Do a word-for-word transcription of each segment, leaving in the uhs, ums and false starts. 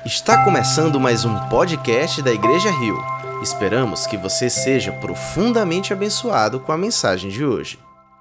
Está começando mais um podcast da Igreja Rio. Esperamos que você seja profundamente abençoado com a mensagem de hoje.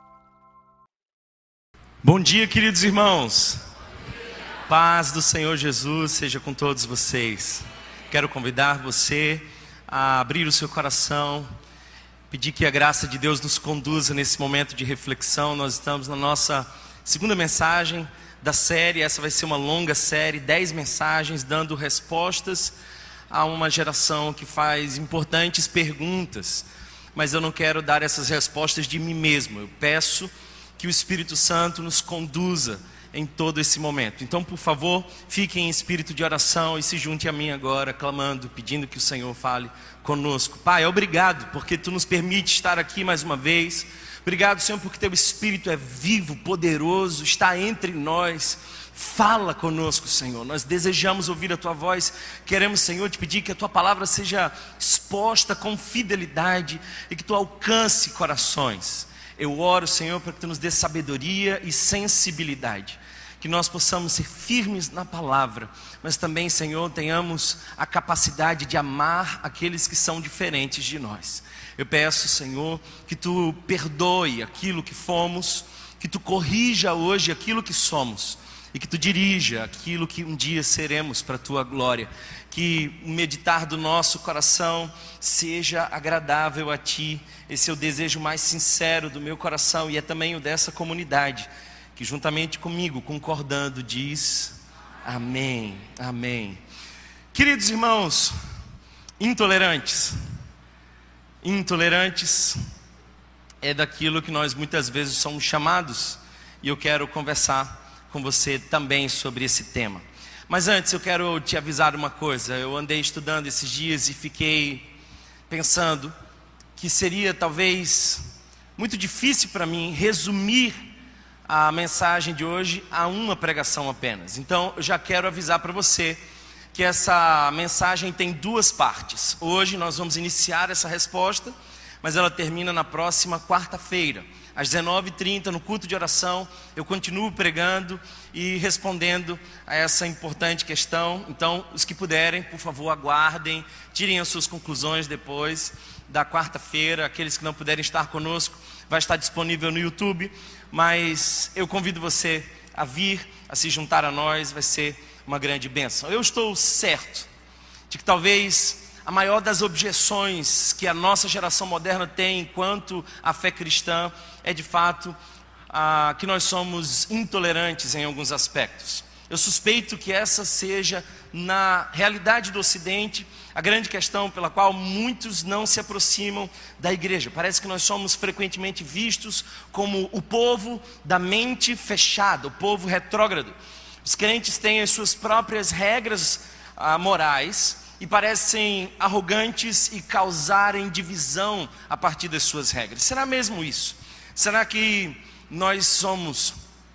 Bom dia, queridos irmãos. Paz do Senhor Jesus seja com todos vocês. Quero convidar você a abrir o seu coração, pedir que a graça de Deus nos conduza nesse momento de reflexão. Nós estamos na nossa segunda mensagem da série. Essa vai ser uma longa série, dez mensagens dando respostas a uma geração que faz importantes perguntas. Mas eu não quero dar essas respostas de mim mesmo. Eu peço que o Espírito Santo nos conduza em todo esse momento. Então, por favor, fiquem em espírito de oração e se junte a mim agora, clamando, pedindo que o Senhor fale conosco. Pai, obrigado porque Tu nos permite estar aqui mais uma vez. Obrigado, Senhor, porque Teu Espírito é vivo, poderoso, está entre nós. Fala conosco, Senhor. Nós desejamos ouvir a Tua voz. Queremos, Senhor, te pedir que a Tua palavra seja exposta com fidelidade e que Tu alcance corações. Eu oro, Senhor, para que Tu nos dê sabedoria e sensibilidade, que nós possamos ser firmes na palavra, mas também, Senhor, tenhamos a capacidade de amar aqueles que são diferentes de nós. Eu peço, Senhor, que Tu perdoe aquilo que fomos, que Tu corrija hoje aquilo que somos e que Tu dirija aquilo que um dia seremos para a Tua glória. Que o meditar do nosso coração seja agradável a Ti. Esse é o desejo mais sincero do meu coração e é também o dessa comunidade, que juntamente comigo, concordando, diz amém, amém. Queridos irmãos, intolerantes, intolerantes é daquilo que nós muitas vezes somos chamados, e eu quero conversar com você também sobre esse tema. Mas antes eu quero te avisar uma coisa. Eu andei estudando esses dias e fiquei pensando que seria talvez muito difícil para mim resumir a mensagem de hoje a uma pregação apenas. Então eu já quero avisar para você que essa mensagem tem duas partes. Hoje nós vamos iniciar essa resposta, mas ela termina na próxima quarta-feira, às dezenove e trinta, no culto de oração. Eu continuo pregando e respondendo a essa importante questão. Então, os que puderem, por favor, aguardem, tirem as suas conclusões depois da quarta-feira. Aqueles que não puderem estar conosco, vai estar disponível no YouTube. Mas eu convido você a vir, a se juntar a nós, vai ser uma grande bênção. Eu estou certo de que talvez a maior das objeções que a nossa geração moderna tem quanto à fé cristã é de fato a, que nós somos intolerantes em alguns aspectos. Eu suspeito que essa seja, na realidade do Ocidente, a grande questão pela qual muitos não se aproximam da igreja. Parece que nós somos frequentemente vistos como o povo da mente fechada, o povo retrógrado. Os crentes têm as suas próprias regras ah, morais e parecem arrogantes e causarem divisão a partir das suas regras. Será mesmo isso? Será que nós somos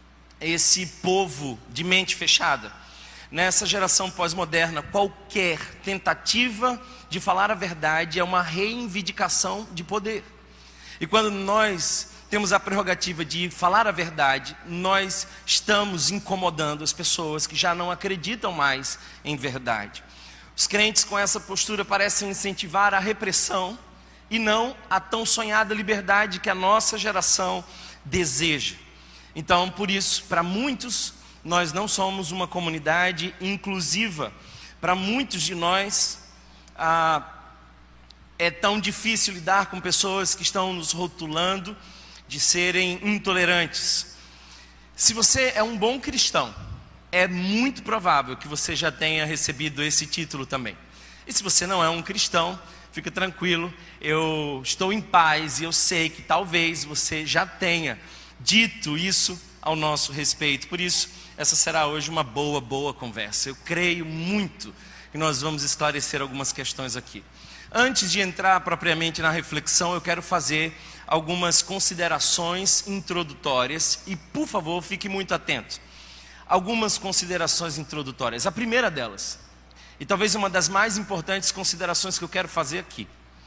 esse povo de mente fechada? Nessa geração pós-moderna, qualquer tentativa de falar a verdade é uma reivindicação de poder. E quando nós temos a prerrogativa de falar a verdade, nós estamos incomodando as pessoas que já não acreditam mais em verdade. Os crentes com essa postura parecem incentivar a repressão e não a tão sonhada liberdade que a nossa geração deseja. Então, por isso, para muitos, nós não somos uma comunidade inclusiva. Para muitos de nós, ah, é tão difícil lidar com pessoas que estão nos rotulando de serem intolerantes. Se você é um bom cristão, é muito provável que você já tenha recebido esse título também. E se você não é um cristão, fica tranquilo, eu estou em paz e eu sei que talvez você já tenha dito isso ao nosso respeito. Por isso, essa será hoje uma boa, boa conversa. Eu creio muito que nós vamos esclarecer algumas questões aqui. Antes de entrar propriamente na reflexão, eu quero fazer algumas considerações introdutórias e, por favor, fique muito atento. Algumas considerações introdutórias. A primeira delas, e talvez uma das mais importantes considerações que eu quero fazer aqui,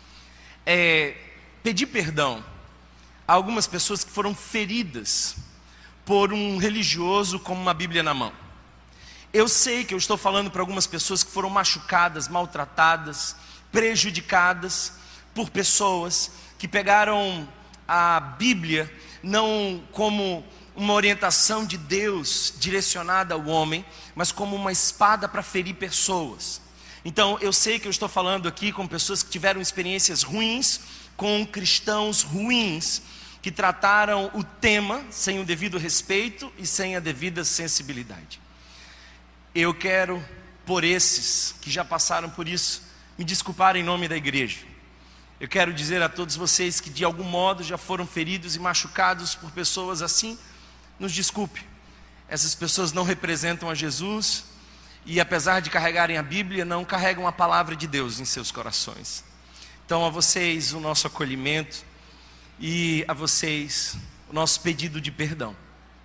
é pedir perdão a algumas pessoas que foram feridas por um religioso com uma Bíblia na mão. Eu sei que eu estou falando para algumas pessoas que foram machucadas, maltratadas, prejudicadas por pessoas que pegaram a Bíblia não como uma orientação de Deus direcionada ao homem, mas como uma espada para ferir pessoas. Então eu sei que eu estou falando aqui com pessoas que tiveram experiências ruins, com cristãos ruins, que trataram o tema sem o devido respeito e sem a devida sensibilidade. Eu quero, por esses que já passaram por isso, me desculpar em nome da igreja. Eu quero dizer a todos vocês que de algum modo já foram feridos e machucados por pessoas assim, nos desculpe. Essas pessoas não representam a Jesus e, apesar de carregarem a Bíblia, não carregam a palavra de Deus em seus corações. Então a vocês o nosso acolhimento e a vocês o nosso pedido de perdão.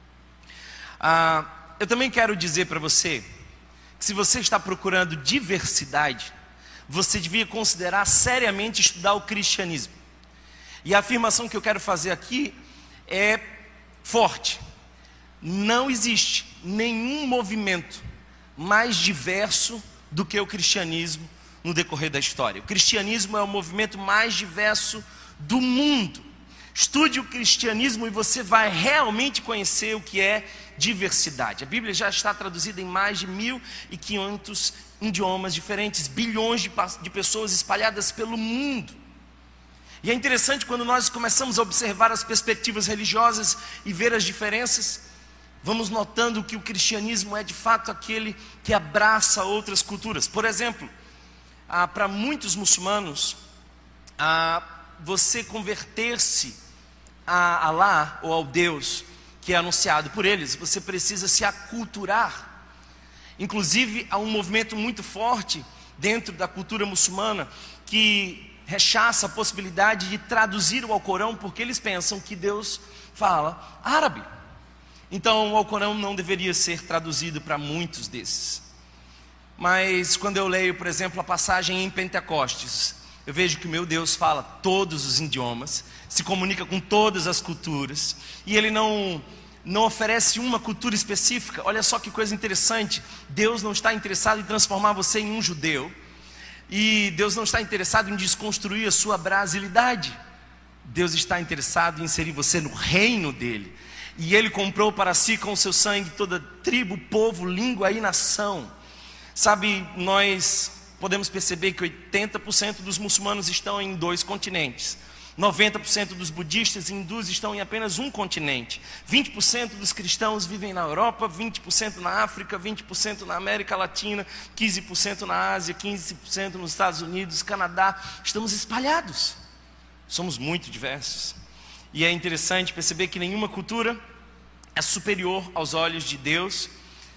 Ah, eu também quero dizer para você que se você está procurando diversidade, você devia considerar seriamente estudar o cristianismo. E a afirmação que eu quero fazer aqui é forte. Não existe nenhum movimento mais diverso do que o cristianismo no decorrer da história. O cristianismo é o movimento mais diverso do mundo. Estude o cristianismo e você vai realmente conhecer o que é diversidade. A Bíblia já está traduzida em mais de mil e quinhentos idiomas diferentes, bilhões de, de pessoas espalhadas pelo mundo. E é interessante quando nós começamos a observar as perspectivas religiosas e ver as diferenças, vamos notando que o cristianismo é de fato aquele que abraça outras culturas. Por exemplo, ah, para muitos muçulmanos, ah, você converter-se a Alá ou ao Deus que é anunciado por eles, você precisa se aculturar. Inclusive há um movimento muito forte dentro da cultura muçulmana que rechaça a possibilidade de traduzir o Alcorão, porque eles pensam que Deus fala árabe. Então o Alcorão não deveria ser traduzido para muitos desses. Mas quando eu leio, por exemplo, a passagem em Pentecostes, eu vejo que o meu Deus fala todos os idiomas, se comunica com todas as culturas, e Ele não, não oferece uma cultura específica. Olha só que coisa interessante, Deus não está interessado em transformar você em um judeu, e Deus não está interessado em desconstruir a sua brasilidade. Deus está interessado em inserir você no reino dEle, e Ele comprou para si com o seu sangue toda tribo, povo, língua e nação. Sabe, nós podemos perceber que oitenta por cento dos muçulmanos estão em dois continentes, noventa por cento dos budistas e hindus estão em apenas um continente, vinte por cento dos cristãos vivem na Europa, vinte por cento na África, vinte por cento na América Latina, quinze por cento na Ásia, quinze por cento nos Estados Unidos, Canadá. Estamos espalhados, somos muito diversos. E é interessante perceber que nenhuma cultura é superior aos olhos de Deus,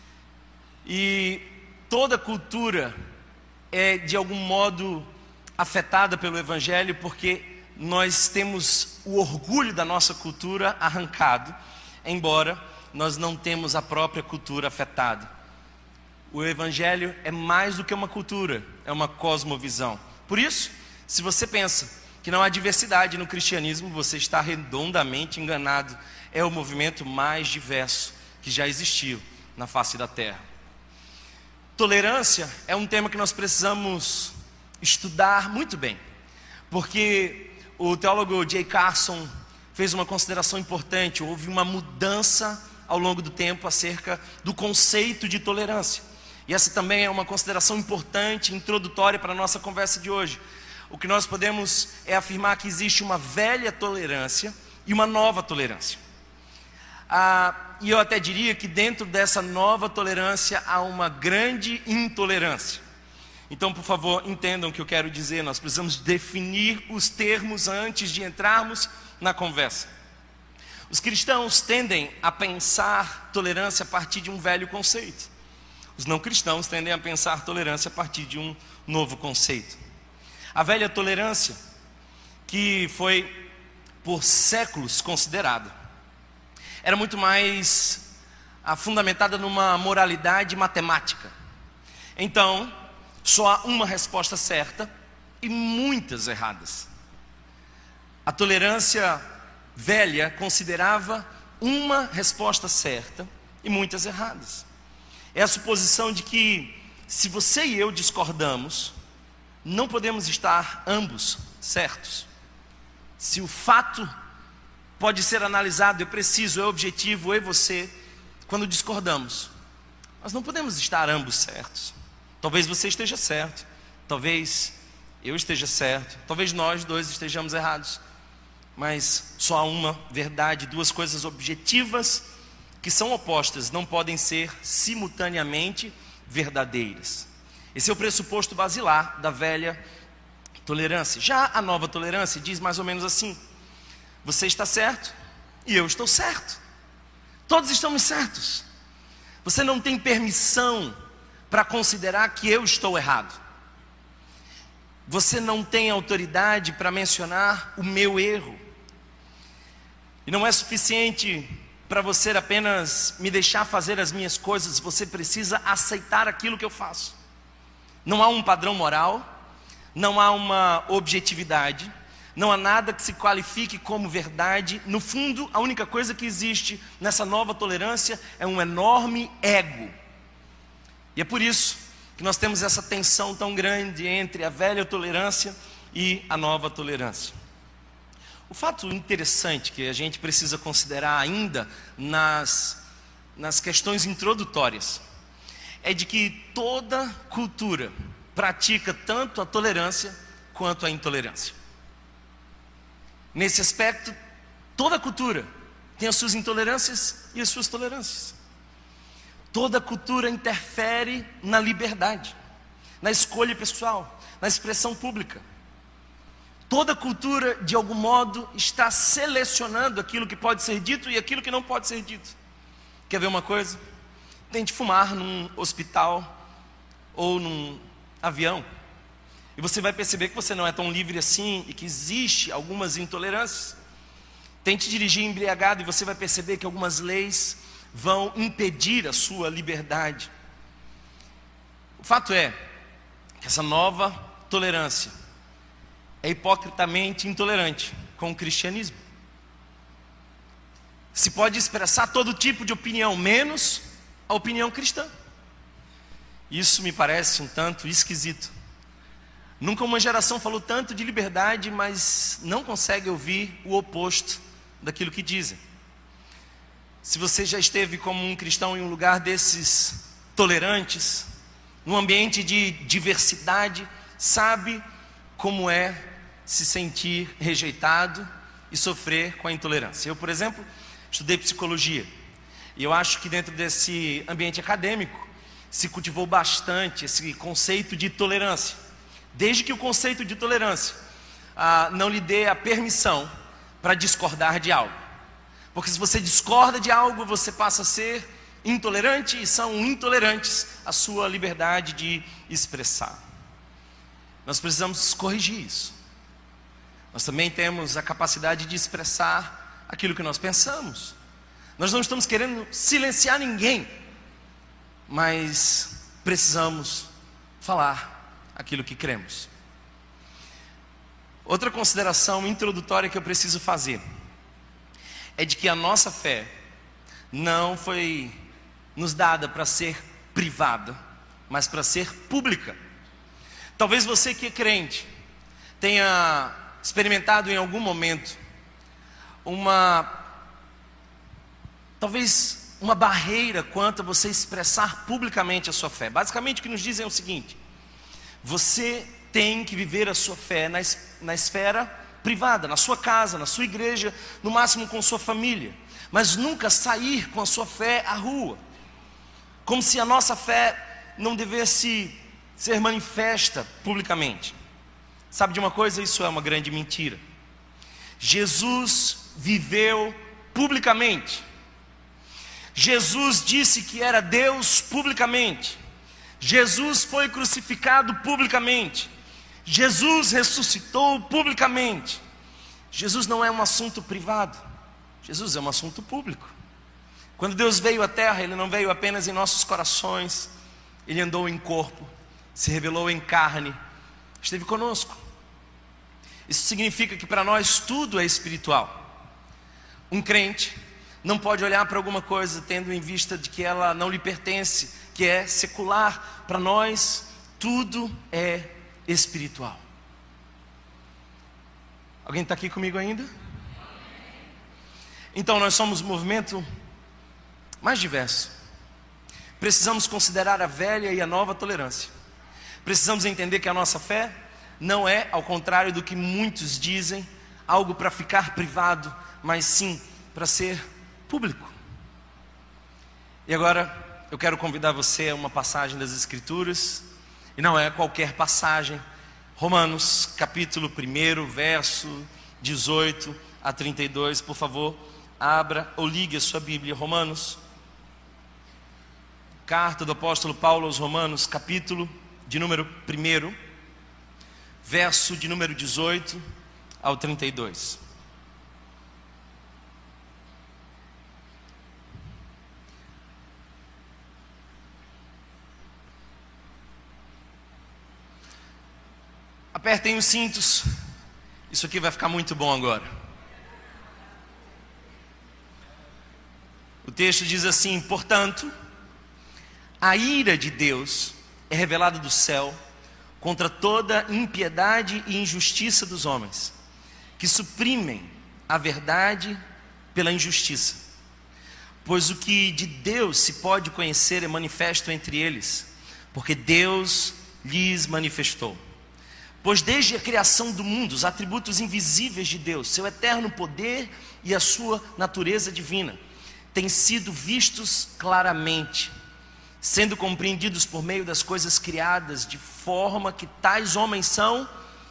e toda cultura é de algum modo afetada pelo Evangelho, porque nós temos o orgulho da nossa cultura arrancado, embora nós não temos a própria cultura afetada. O Evangelho é mais do que uma cultura, é uma cosmovisão. Por isso, se você pensa que não há diversidade no cristianismo, você está redondamente enganado. É o movimento mais diverso que já existiu na face da terra. Tolerância é um tema que nós precisamos estudar muito bem, porque o teólogo J. Carson fez uma consideração importante. Houve uma mudança ao longo do tempo acerca do conceito de tolerância, e essa também é uma consideração importante, introdutória para a nossa conversa de hoje. O que nós podemos é afirmar que existe uma velha tolerância e uma nova tolerância. Ah, e eu até diria que dentro dessa nova tolerância há uma grande intolerância. Então, por favor, entendam o que eu quero dizer. Nós precisamos definir os termos antes de entrarmos na conversa. Os cristãos tendem a pensar tolerância a partir de um velho conceito. Os não cristãos tendem a pensar tolerância a partir de um novo conceito. A velha tolerância, que foi por séculos considerada, era muito mais ah, fundamentada numa moralidade matemática. Então, só há uma resposta certa e muitas erradas. A tolerância velha considerava uma resposta certa e muitas erradas. é a suposição de que, se você e eu discordamos, não podemos estar ambos certos. Se o fato pode ser analisado, é preciso, é objetivo, eu e você, quando discordamos, nós não podemos estar ambos certos. Talvez você esteja certo, talvez eu esteja certo, talvez nós dois estejamos errados, mas só há uma verdade, duas coisas objetivas que são opostas, não podem ser simultaneamente verdadeiras. Esse é o pressuposto basilar da velha tolerância. Já a nova tolerância diz mais ou menos assim: você está certo e eu estou certo, todos estamos certos. Você não tem permissão para considerar que eu estou errado. Você não tem autoridade para mencionar o meu erro. E não é suficiente para você apenas me deixar fazer as minhas coisas, você precisa aceitar aquilo que eu faço. Não há um padrão moral, não há uma objetividade, não há nada que se qualifique como verdade. No fundo, a única coisa que existe nessa nova tolerância é um enorme ego. E é por isso que nós temos essa tensão tão grande entre a velha tolerância e a nova tolerância. O fato interessante que a gente precisa considerar ainda nas, nas questões introdutórias é de que toda cultura pratica tanto a tolerância quanto a intolerância. Nesse aspecto, toda cultura tem as suas intolerâncias e as suas tolerâncias. Toda cultura interfere na liberdade, na escolha pessoal, na expressão pública. Toda cultura, de algum modo, está selecionando aquilo que pode ser dito e aquilo que não pode ser dito. Quer ver uma coisa? Tente fumar num hospital ou num avião, e você vai perceber que você não é tão livre assim e que existe algumas intolerâncias. Tente dirigir embriagado e você vai perceber que algumas leis vão impedir a sua liberdade. O fato é que essa nova tolerância é hipocritamente intolerante com o cristianismo. Se pode expressar todo tipo de opinião, menos a opinião cristã. Isso me parece um tanto esquisito. Nunca uma geração falou tanto de liberdade, mas não consegue ouvir o oposto daquilo que dizem. Se você já esteve como um cristão em um lugar desses tolerantes, num ambiente de diversidade, sabe como é se sentir rejeitado e sofrer com a intolerância. Eu, por exemplo, estudei psicologia, e eu acho que dentro desse ambiente acadêmico se cultivou bastante esse conceito de tolerância, desde que o conceito de tolerância ah, não lhe dê a permissão para discordar de algo. Porque se você discorda de algo, você passa a ser intolerante, e são intolerantes a sua liberdade de expressar. Nós precisamos corrigir isso. Nós também temos a capacidade de expressar aquilo que nós pensamos. Nós não estamos querendo silenciar ninguém, mas precisamos falar aquilo que cremos. Outra consideração introdutória que eu preciso fazer é de que a nossa fé não foi nos dada para ser privada, mas para ser pública. Talvez você que é crente tenha experimentado em algum momento uma, talvez uma barreira quanto a você expressar publicamente a sua fé. Basicamente o que nos dizem é o seguinte: você tem que viver a sua fé na, na esfera privada, na sua casa, na sua igreja, no máximo com sua família, mas nunca sair com a sua fé à rua, como se a nossa fé não devesse ser manifesta publicamente. Sabe de uma coisa? Isso é uma grande mentira. Jesus viveu publicamente. Jesus disse que era Deus publicamente. Jesus foi crucificado publicamente. Jesus ressuscitou publicamente. Jesus não é um assunto privado. Jesus é um assunto público. Quando Deus veio à terra, Ele não veio apenas em nossos corações. Ele andou em corpo, se revelou em carne, esteve conosco. Isso significa que para nós tudo é espiritual. Um crente não pode olhar para alguma coisa tendo em vista de que ela não lhe pertence, que que é secular. Para nós, tudo é espiritual. Alguém está aqui comigo ainda? Então nós somos o movimento mais diverso. Precisamos considerar a velha e a nova tolerância. Precisamos entender que a nossa fé não é, ao contrário do que muitos dizem, algo para ficar privado, mas sim para ser público. E agora eu quero convidar você a uma passagem das Escrituras, e não é qualquer passagem. Romanos capítulo um, verso dezoito a trinta e dois, por favor, abra ou ligue a sua Bíblia. Romanos, carta do apóstolo Paulo aos Romanos, capítulo de número um, verso de número dezoito ao trinta e dois. Apertem os cintos, isso aqui vai ficar muito bom agora. O texto diz assim: portanto, a ira de Deus é revelada do céu contra toda impiedade e injustiça dos homens, que suprimem a verdade pela injustiça. Pois o que de Deus se pode conhecer é manifesto entre eles, porque Deus lhes manifestou. Pois desde a criação do mundo, os atributos invisíveis de Deus, seu eterno poder e a sua natureza divina, têm sido vistos claramente, sendo compreendidos por meio das coisas criadas, de forma que tais homens são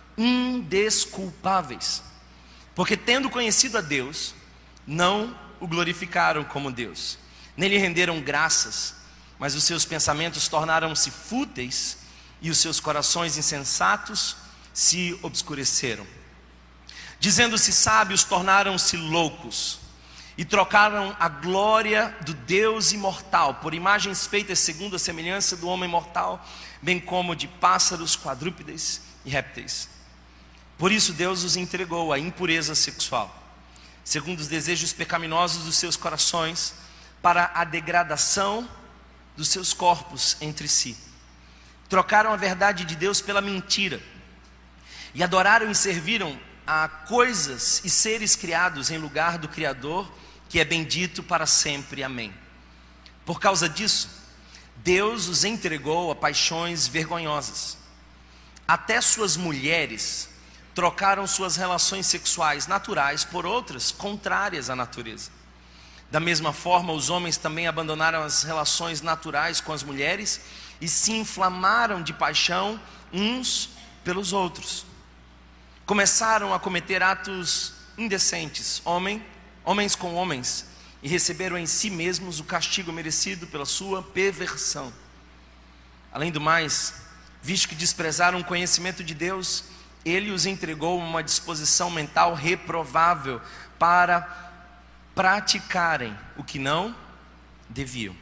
indesculpáveis. Porque tendo conhecido a Deus, não o glorificaram como Deus, nem lhe renderam graças, mas os seus pensamentos tornaram-se fúteis, e os seus corações insensatos se obscureceram. Dizendo-se sábios, tornaram-se loucos, e trocaram a glória do Deus imortal por imagens feitas segundo a semelhança do homem mortal, bem como de pássaros, quadrúpedes e répteis. Por isso Deus os entregou à impureza sexual, segundo os desejos pecaminosos dos seus corações, para a degradação dos seus corpos entre si. Trocaram a verdade de Deus pela mentira, e adoraram e serviram a coisas e seres criados em lugar do Criador, que é bendito para sempre. Amém. Por causa disso, Deus os entregou a paixões vergonhosas. Até suas mulheres trocaram suas relações sexuais naturais por outras contrárias à natureza. Da mesma forma, os homens também abandonaram as relações naturais com as mulheres e se inflamaram de paixão uns pelos outros. Começaram a cometer atos indecentes, homem, homens com homens, e receberam em si mesmos o castigo merecido pela sua perversão. Além do mais, visto que desprezaram o conhecimento de Deus, Ele os entregou a uma disposição mental reprovável para praticarem o que não deviam.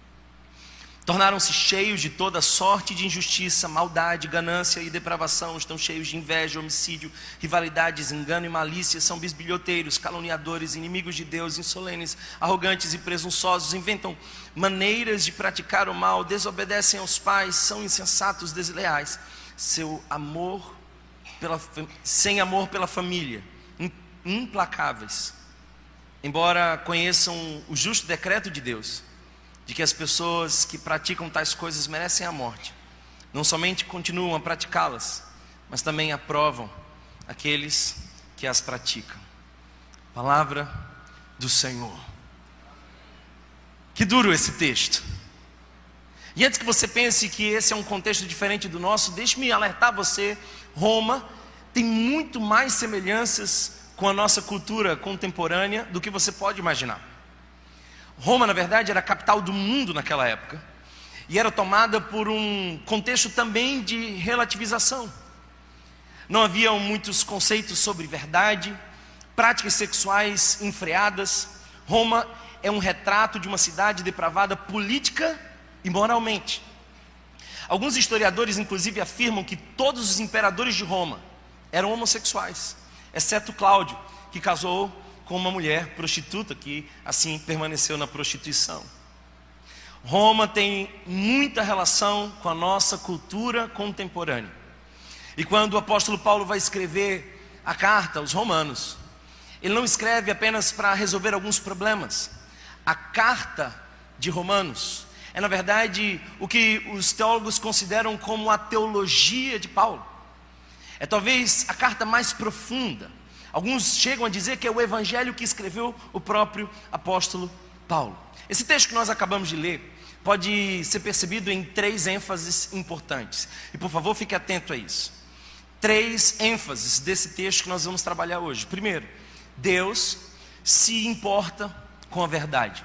Tornaram-se cheios de toda sorte de injustiça, maldade, ganância e depravação. Estão cheios de inveja, homicídio, rivalidades, engano e malícia. São bisbilhoteiros, caluniadores, inimigos de Deus, insolentes, arrogantes e presunçosos. Inventam maneiras de praticar o mal, desobedecem aos pais, são insensatos, desleais. Seu amor pela, sem amor pela família, implacáveis. Embora conheçam o justo decreto de Deus, de que as pessoas que praticam tais coisas merecem a morte, não somente continuam a praticá-las, mas também aprovam aqueles que as praticam. Palavra do Senhor. Que duro esse texto. E antes que você pense que esse é um contexto diferente do nosso, deixe-me alertar você: Roma tem muito mais semelhanças com a nossa cultura contemporânea do que você pode imaginar. Roma, na verdade, era a capital do mundo naquela época, e era tomada por um contexto também de relativização. Não haviam muitos conceitos sobre verdade, práticas sexuais enfreadas. Roma é um retrato de uma cidade depravada política e moralmente. Alguns historiadores inclusive afirmam que todos os imperadores de Roma eram homossexuais, exceto Cláudio, que casou com uma mulher prostituta, que assim permaneceu na prostituição. Roma tem muita relação com a nossa cultura contemporânea. E quando o apóstolo Paulo vai escrever a carta aos romanos, ele não escreve apenas para resolver alguns problemas. A carta de Romanos é, na verdade, o que os teólogos consideram como a teologia de Paulo. É talvez a carta mais profunda. Alguns chegam a dizer que é o evangelho que escreveu o próprio apóstolo Paulo. Esse texto que nós acabamos de ler pode ser percebido em três ênfases importantes. E por favor, fique atento a isso. Três ênfases desse texto que nós vamos trabalhar hoje. Primeiro, Deus se importa com a verdade.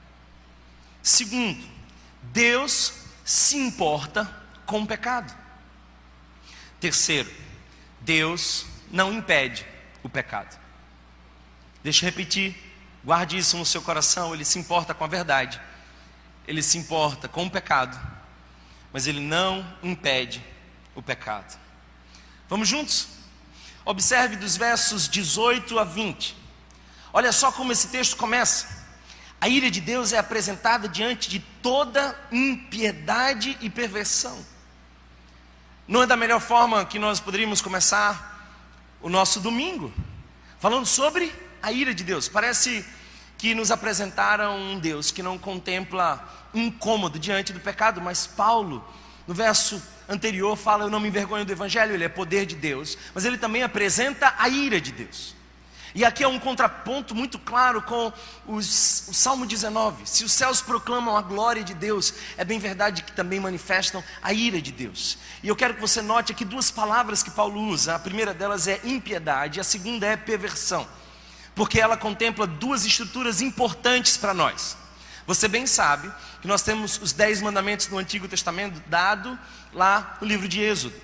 Segundo, Deus se importa com o pecado. Terceiro, Deus não impede o pecado. Deixa eu repetir, guarde isso no seu coração. Ele se importa com a verdade, ele se importa com o pecado, mas ele não impede o pecado. Vamos juntos? Observe dos versos dezoito a vinte. Olha só como esse texto começa. A ira de Deus é apresentada diante de toda impiedade e perversão. Não é da melhor forma que nós poderíamos começar o nosso domingo, falando sobre a ira de Deus. Parece que nos apresentaram um Deus que não contempla incômodo diante do pecado, mas Paulo, no verso anterior, fala: eu não me envergonho do evangelho. Ele é poder de Deus, mas ele também apresenta a ira de Deus. E aqui é um contraponto muito claro com os, o Salmo dezenove. Se os céus proclamam a glória de Deus, é bem verdade que também manifestam a ira de Deus. E eu quero que você note aqui duas palavras que Paulo usa. A primeira delas é impiedade, a segunda é perversão, porque ela contempla duas estruturas importantes para nós. Você bem sabe que nós temos os dez mandamentos do Antigo Testamento dado lá no livro de Êxodo.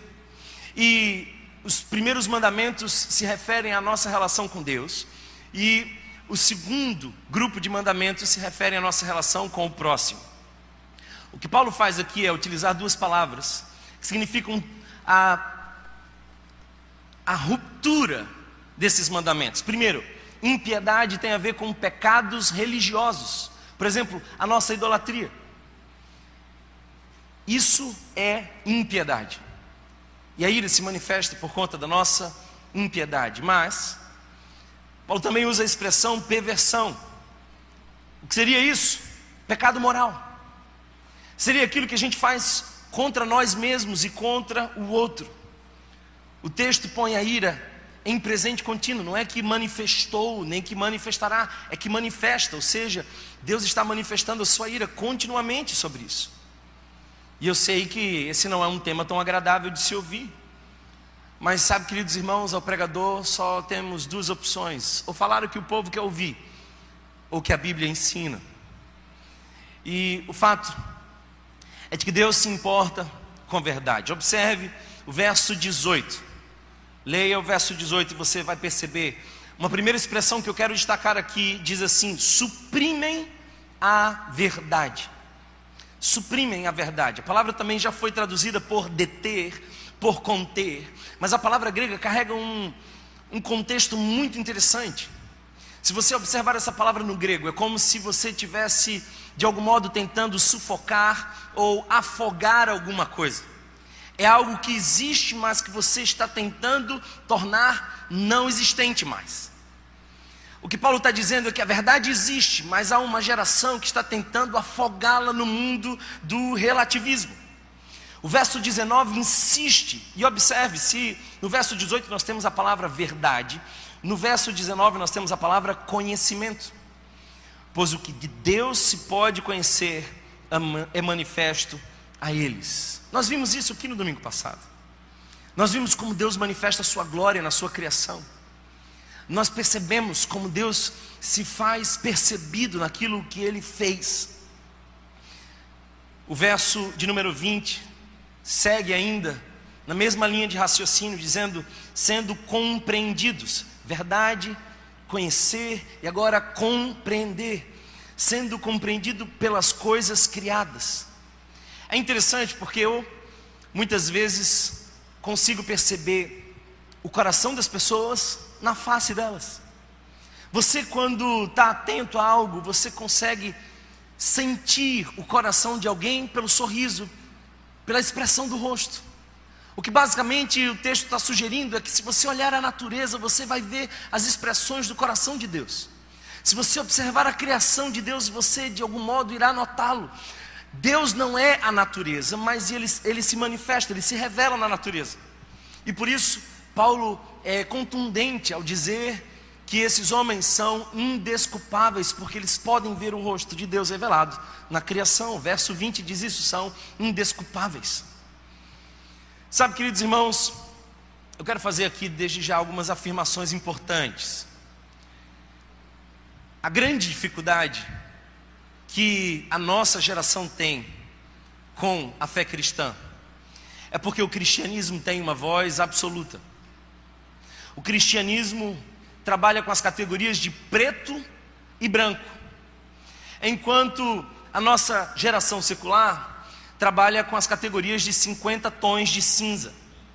E os primeiros mandamentos se referem à nossa relação com Deus, e o segundo grupo de mandamentos se refere à nossa relação com o próximo. O que Paulo faz aqui é utilizar duas palavras que significam a, a ruptura desses mandamentos. Primeiro, impiedade tem a ver com pecados religiosos. Por exemplo, a nossa idolatria. Isso é impiedade. E a ira se manifesta por conta da nossa impiedade. Mas Paulo também usa a expressão perversão. O que seria isso? Pecado moral. Seria aquilo que a gente faz contra nós mesmos e contra o outro. O texto põe a ira em presente contínuo. Não é que manifestou, nem que manifestará, é que manifesta. Ou seja, Deus está manifestando a sua ira continuamente sobre isso. E eu sei que esse não é um tema tão agradável de se ouvir. Mas sabe, queridos irmãos, ao pregador só temos duas opções: ou falar o que o povo quer ouvir, ou o que a Bíblia ensina. E o fato é de que Deus se importa com a verdade. Observe o verso dezoito. Leia o verso dezoito e você vai perceber uma primeira expressão que eu quero destacar aqui. Diz assim: suprimem a verdade. Suprimem a verdade. A palavra também já foi traduzida por deter, por conter, mas a palavra grega carrega um, um contexto muito interessante. Se você observar essa palavra no grego, é como se você tivesse de algum modo tentando sufocar ou afogar alguma coisa. É algo que existe, mas que você está tentando tornar não existente mais. O que Paulo está dizendo é que a verdade existe, mas há uma geração que está tentando afogá-la no mundo do relativismo. O verso dezenove insiste, e observe, se no verso dezoito nós temos a palavra verdade, no verso dezenove nós temos a palavra conhecimento. Pois o que de Deus se pode conhecer é manifesto a eles. Nós vimos isso aqui no domingo passado. Nós vimos como Deus manifesta a sua glória na sua criação. Nós percebemos como Deus se faz percebido naquilo que Ele fez. O verso de número vinte segue ainda na mesma linha de raciocínio, dizendo: sendo compreendidos. Verdade, conhecer e agora compreender. Sendo compreendido pelas coisas criadas. É interessante porque eu muitas vezes consigo perceber o coração das pessoas na face delas. Você, quando está atento a algo, você consegue sentir o coração de alguém pelo sorriso, pela expressão do rosto. O que basicamente o texto está sugerindo é que se você olhar a natureza, você vai ver as expressões do coração de Deus. Se você observar a criação de Deus, você de algum modo irá notá-lo. Deus não é a natureza, mas ele, ele se manifesta, ele se revela na natureza. E por isso, Paulo é contundente ao dizer que esses homens são indesculpáveis, porque eles podem ver o rosto de Deus revelado na criação. O verso vinte diz isso, são indesculpáveis. Sabe, queridos irmãos, eu quero fazer aqui desde já algumas afirmações importantes. A grande dificuldade que a nossa geração tem com a fé cristã é porque o cristianismo tem uma voz absoluta. O cristianismo trabalha com as categorias de preto e branco, enquanto a nossa geração secular trabalha com as categorias de cinquenta tons de cinza.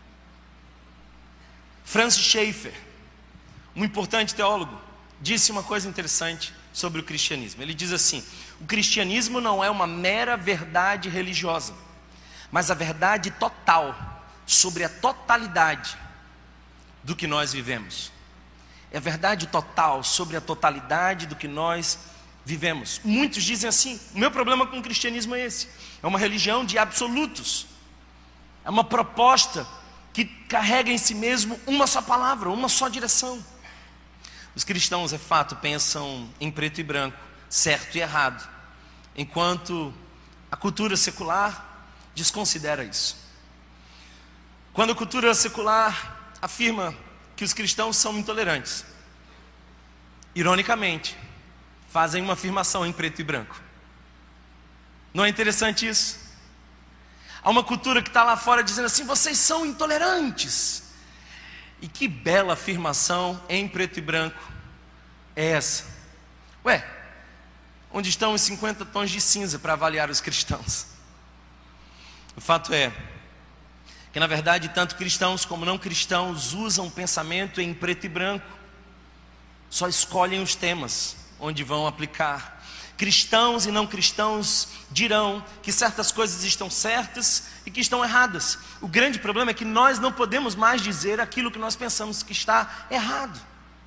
Francis Schaeffer, um importante teólogo, disse uma coisa interessante sobre o cristianismo. Ele diz assim: o cristianismo não é uma mera verdade religiosa, mas a verdade total sobre a totalidade do que nós vivemos. É a verdade total sobre a totalidade do que nós vivemos. Muitos dizem assim: o meu problema com o cristianismo é esse. É uma religião de absolutos. É uma proposta que carrega em si mesmo uma só palavra, uma só direção. Os cristãos, é fato, pensam em preto e branco, certo e errado, enquanto a cultura secular desconsidera isso. Quando a cultura secular afirma que os cristãos são intolerantes, ironicamente, fazem uma afirmação em preto e branco. Não é interessante isso? Há uma cultura que está lá fora dizendo assim: vocês são intolerantes. E que bela afirmação em preto e branco é essa? Ué, onde estão os cinquenta tons de cinza para avaliar os cristãos? O fato é que, na verdade, tanto cristãos como não cristãos usam o pensamento em preto e branco. Só escolhem os temas onde vão aplicar. Cristãos e não cristãos dirão que certas coisas estão certas e que estão erradas. O grande problema é que nós não podemos mais dizer aquilo que nós pensamos que está errado.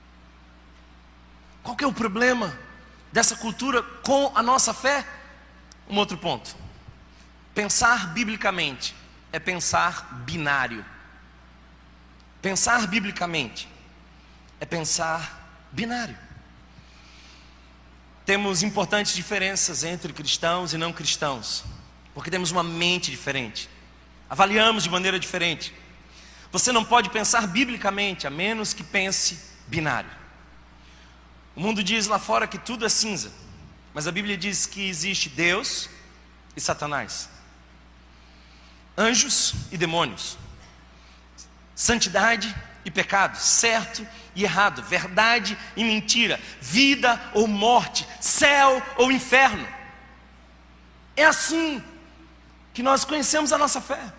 Qual que é o problema dessa cultura com a nossa fé? Um outro ponto: pensar biblicamente é pensar binário. Pensar biblicamente é pensar binário. Temos importantes diferenças entre cristãos e não cristãos, porque temos uma mente diferente, avaliamos de maneira diferente. Você não pode pensar biblicamente a menos que pense binário. O mundo diz lá fora que tudo é cinza, mas a Bíblia diz que existe Deus e Satanás, anjos e demônios, santidade e pecado, certo e errado, verdade e mentira, vida ou morte, céu ou inferno. É assim que nós conhecemos a nossa fé.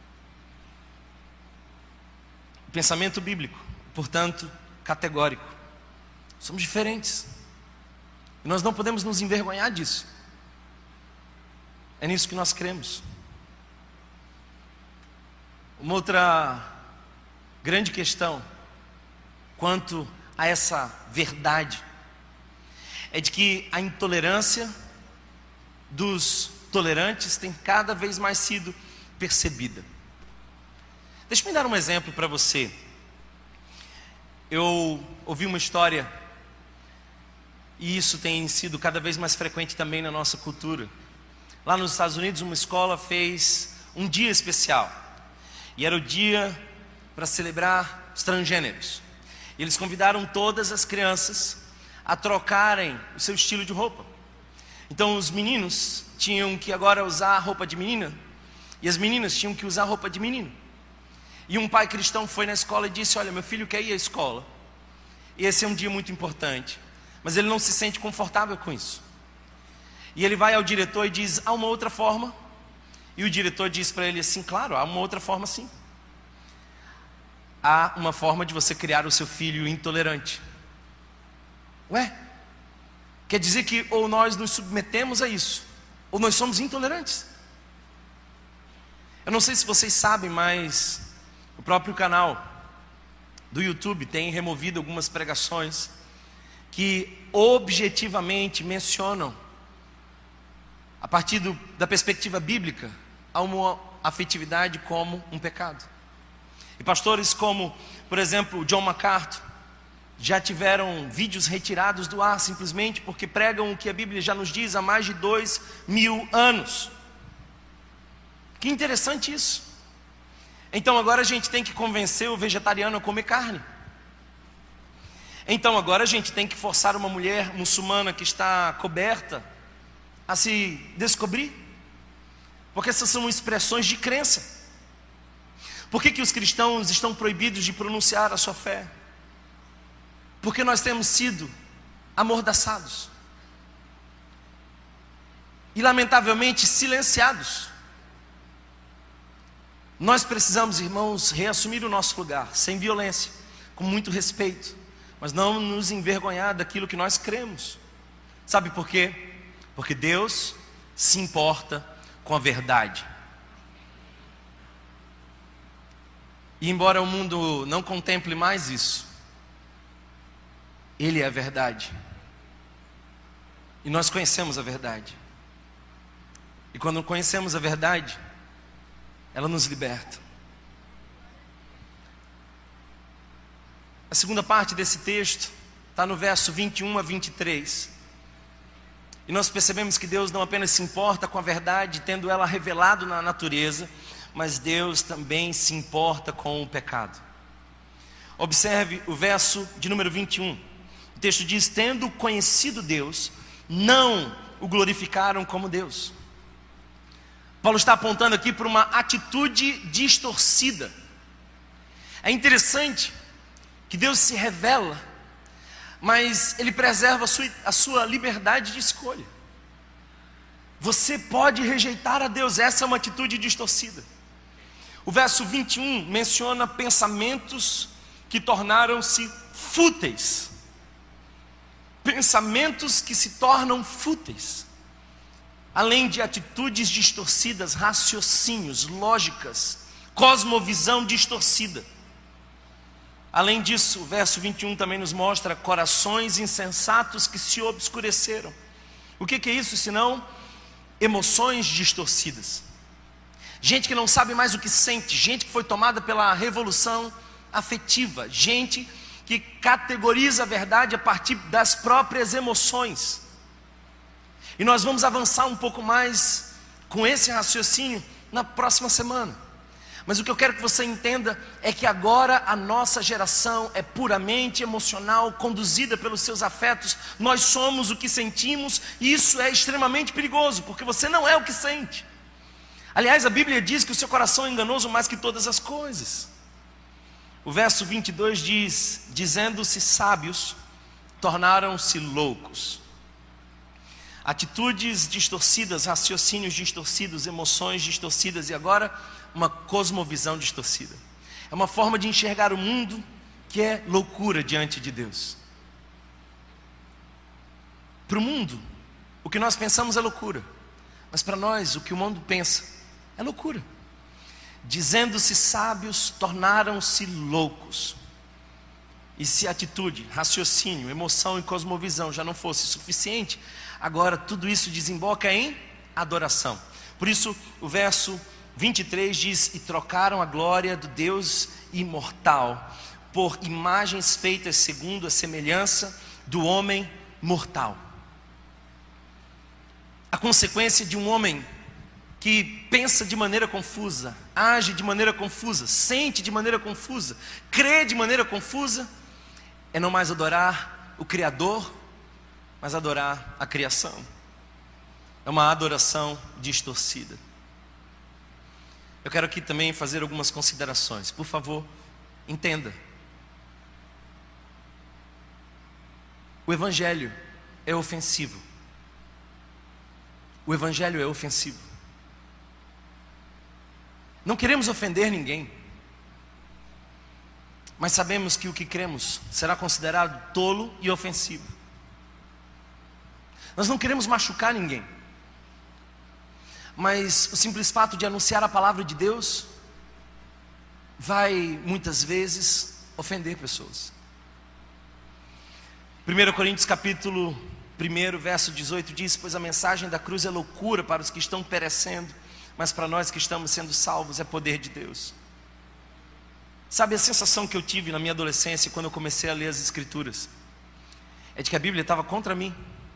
O pensamento bíblico, portanto, categórico. Somos diferentes e nós não podemos nos envergonhar disso. É nisso que nós cremos. Uma outra grande questão quanto a essa verdade é de que a intolerância dos tolerantes tem cada vez mais sido percebida. Deixa eu dar um exemplo para você. Eu ouvi uma história, e isso tem sido cada vez mais frequente também na nossa cultura. Lá nos Estados Unidos, uma escola fez um dia especial, e era o dia para celebrar os transgêneros. E eles convidaram todas as crianças a trocarem o seu estilo de roupa. Então os meninos tinham que agora usar a roupa de menina, e as meninas tinham que usar a roupa de menino. E um pai cristão foi na escola e disse: olha, meu filho quer ir à escola, e esse é um dia muito importante, mas ele não se sente confortável com isso. E ele vai ao diretor e diz: há uma outra forma? E o diretor diz para ele assim: claro, há uma outra forma sim. Há uma forma de você criar o seu filho intolerante. Ué, Quer dizer que ou nós nos submetemos a isso, ou nós somos intolerantes. Eu não sei se vocês sabem, mas o próprio canal do YouTube tem removido algumas pregações que objetivamente mencionam, a partir do, da perspectiva bíblica, a uma afetividade como um pecado. E pastores como, por exemplo, John MacArthur, já tiveram vídeos retirados do ar simplesmente porque pregam o que a Bíblia já nos diz há mais de dois mil anos. Que interessante isso. Então agora a gente tem que convencer o vegetariano a comer carne. Então agora a gente tem que forçar uma mulher muçulmana que está coberta a se descobrir. Porque essas são expressões de crença. Por que que os cristãos estão proibidos de pronunciar a sua fé? Porque nós temos sido amordaçados e lamentavelmente silenciados. Nós precisamos, irmãos, reassumir o nosso lugar, sem violência, com muito respeito, mas não nos envergonhar daquilo que nós cremos. Sabe por quê? Porque Deus se importa com a verdade. E embora o mundo não contemple mais isso, Ele é a verdade. E nós conhecemos a verdade. E quando conhecemos a verdade, ela nos liberta. A segunda parte desse texto está no verso vinte e um a vinte e três. E nós percebemos que Deus não apenas se importa com a verdade, tendo ela revelado na natureza, mas Deus também se importa com o pecado. Observe o verso de número vinte e um. O texto diz: tendo conhecido Deus, não o glorificaram como Deus. Paulo está apontando aqui para uma atitude distorcida. É interessante que Deus se revela, mas Ele preserva a sua, a sua liberdade de escolha. Você pode rejeitar a Deus, essa é uma atitude distorcida. O verso vinte e um menciona pensamentos que tornaram-se fúteis. Pensamentos que se tornam fúteis. Além de atitudes distorcidas, raciocínios, lógicas, cosmovisão distorcida. Além disso, o verso vinte e um também nos mostra corações insensatos que se obscureceram. O que que é isso senão emoções distorcidas? Gente que não sabe mais o que sente, gente que foi tomada pela revolução afetiva, gente que categoriza a verdade a partir das próprias emoções. E nós vamos avançar um pouco mais com esse raciocínio na próxima semana. Mas o que eu quero que você entenda é que agora a nossa geração é puramente emocional, conduzida pelos seus afetos. Nós somos o que sentimos e isso é extremamente perigoso, porque você não é o que sente. Aliás, a Bíblia diz que o seu coração é enganoso mais que todas as coisas. O verso vinte e dois diz: dizendo-se sábios, tornaram-se loucos. Atitudes distorcidas, raciocínios distorcidos, emoções distorcidas e agora uma cosmovisão distorcida. É uma forma de enxergar o mundo que é loucura diante de Deus. Para o mundo, o que nós pensamos é loucura, mas para nós, o que o mundo pensa é loucura. Dizendo-se sábios, tornaram-se loucos. E se atitude, raciocínio, emoção e cosmovisão já não fosse suficiente, agora tudo isso desemboca em adoração. Por isso o verso vinte e três diz: e trocaram a glória do Deus imortal por imagens feitas segundo a semelhança do homem mortal. A consequência de um homem que pensa de maneira confusa, age de maneira confusa, sente de maneira confusa, crê de maneira confusa, é não mais adorar o Criador, mas adorar a criação. É uma adoração distorcida. Eu quero aqui também fazer algumas considerações. Por favor, entenda. O Evangelho é ofensivo. O Evangelho é ofensivo. Não queremos ofender ninguém, mas sabemos que o que cremos será considerado tolo e ofensivo. Nós não queremos machucar ninguém. Mas o simples fato de anunciar a palavra de Deus vai, muitas vezes, ofender pessoas. primeira Coríntios capítulo um, verso dezoito diz: pois a mensagem da cruz é loucura para os que estão perecendo, mas para nós que estamos sendo salvos é poder de Deus. Sabe a sensação que eu tive na minha adolescência quando eu comecei a ler as Escrituras? É de que a Bíblia estava contra mim.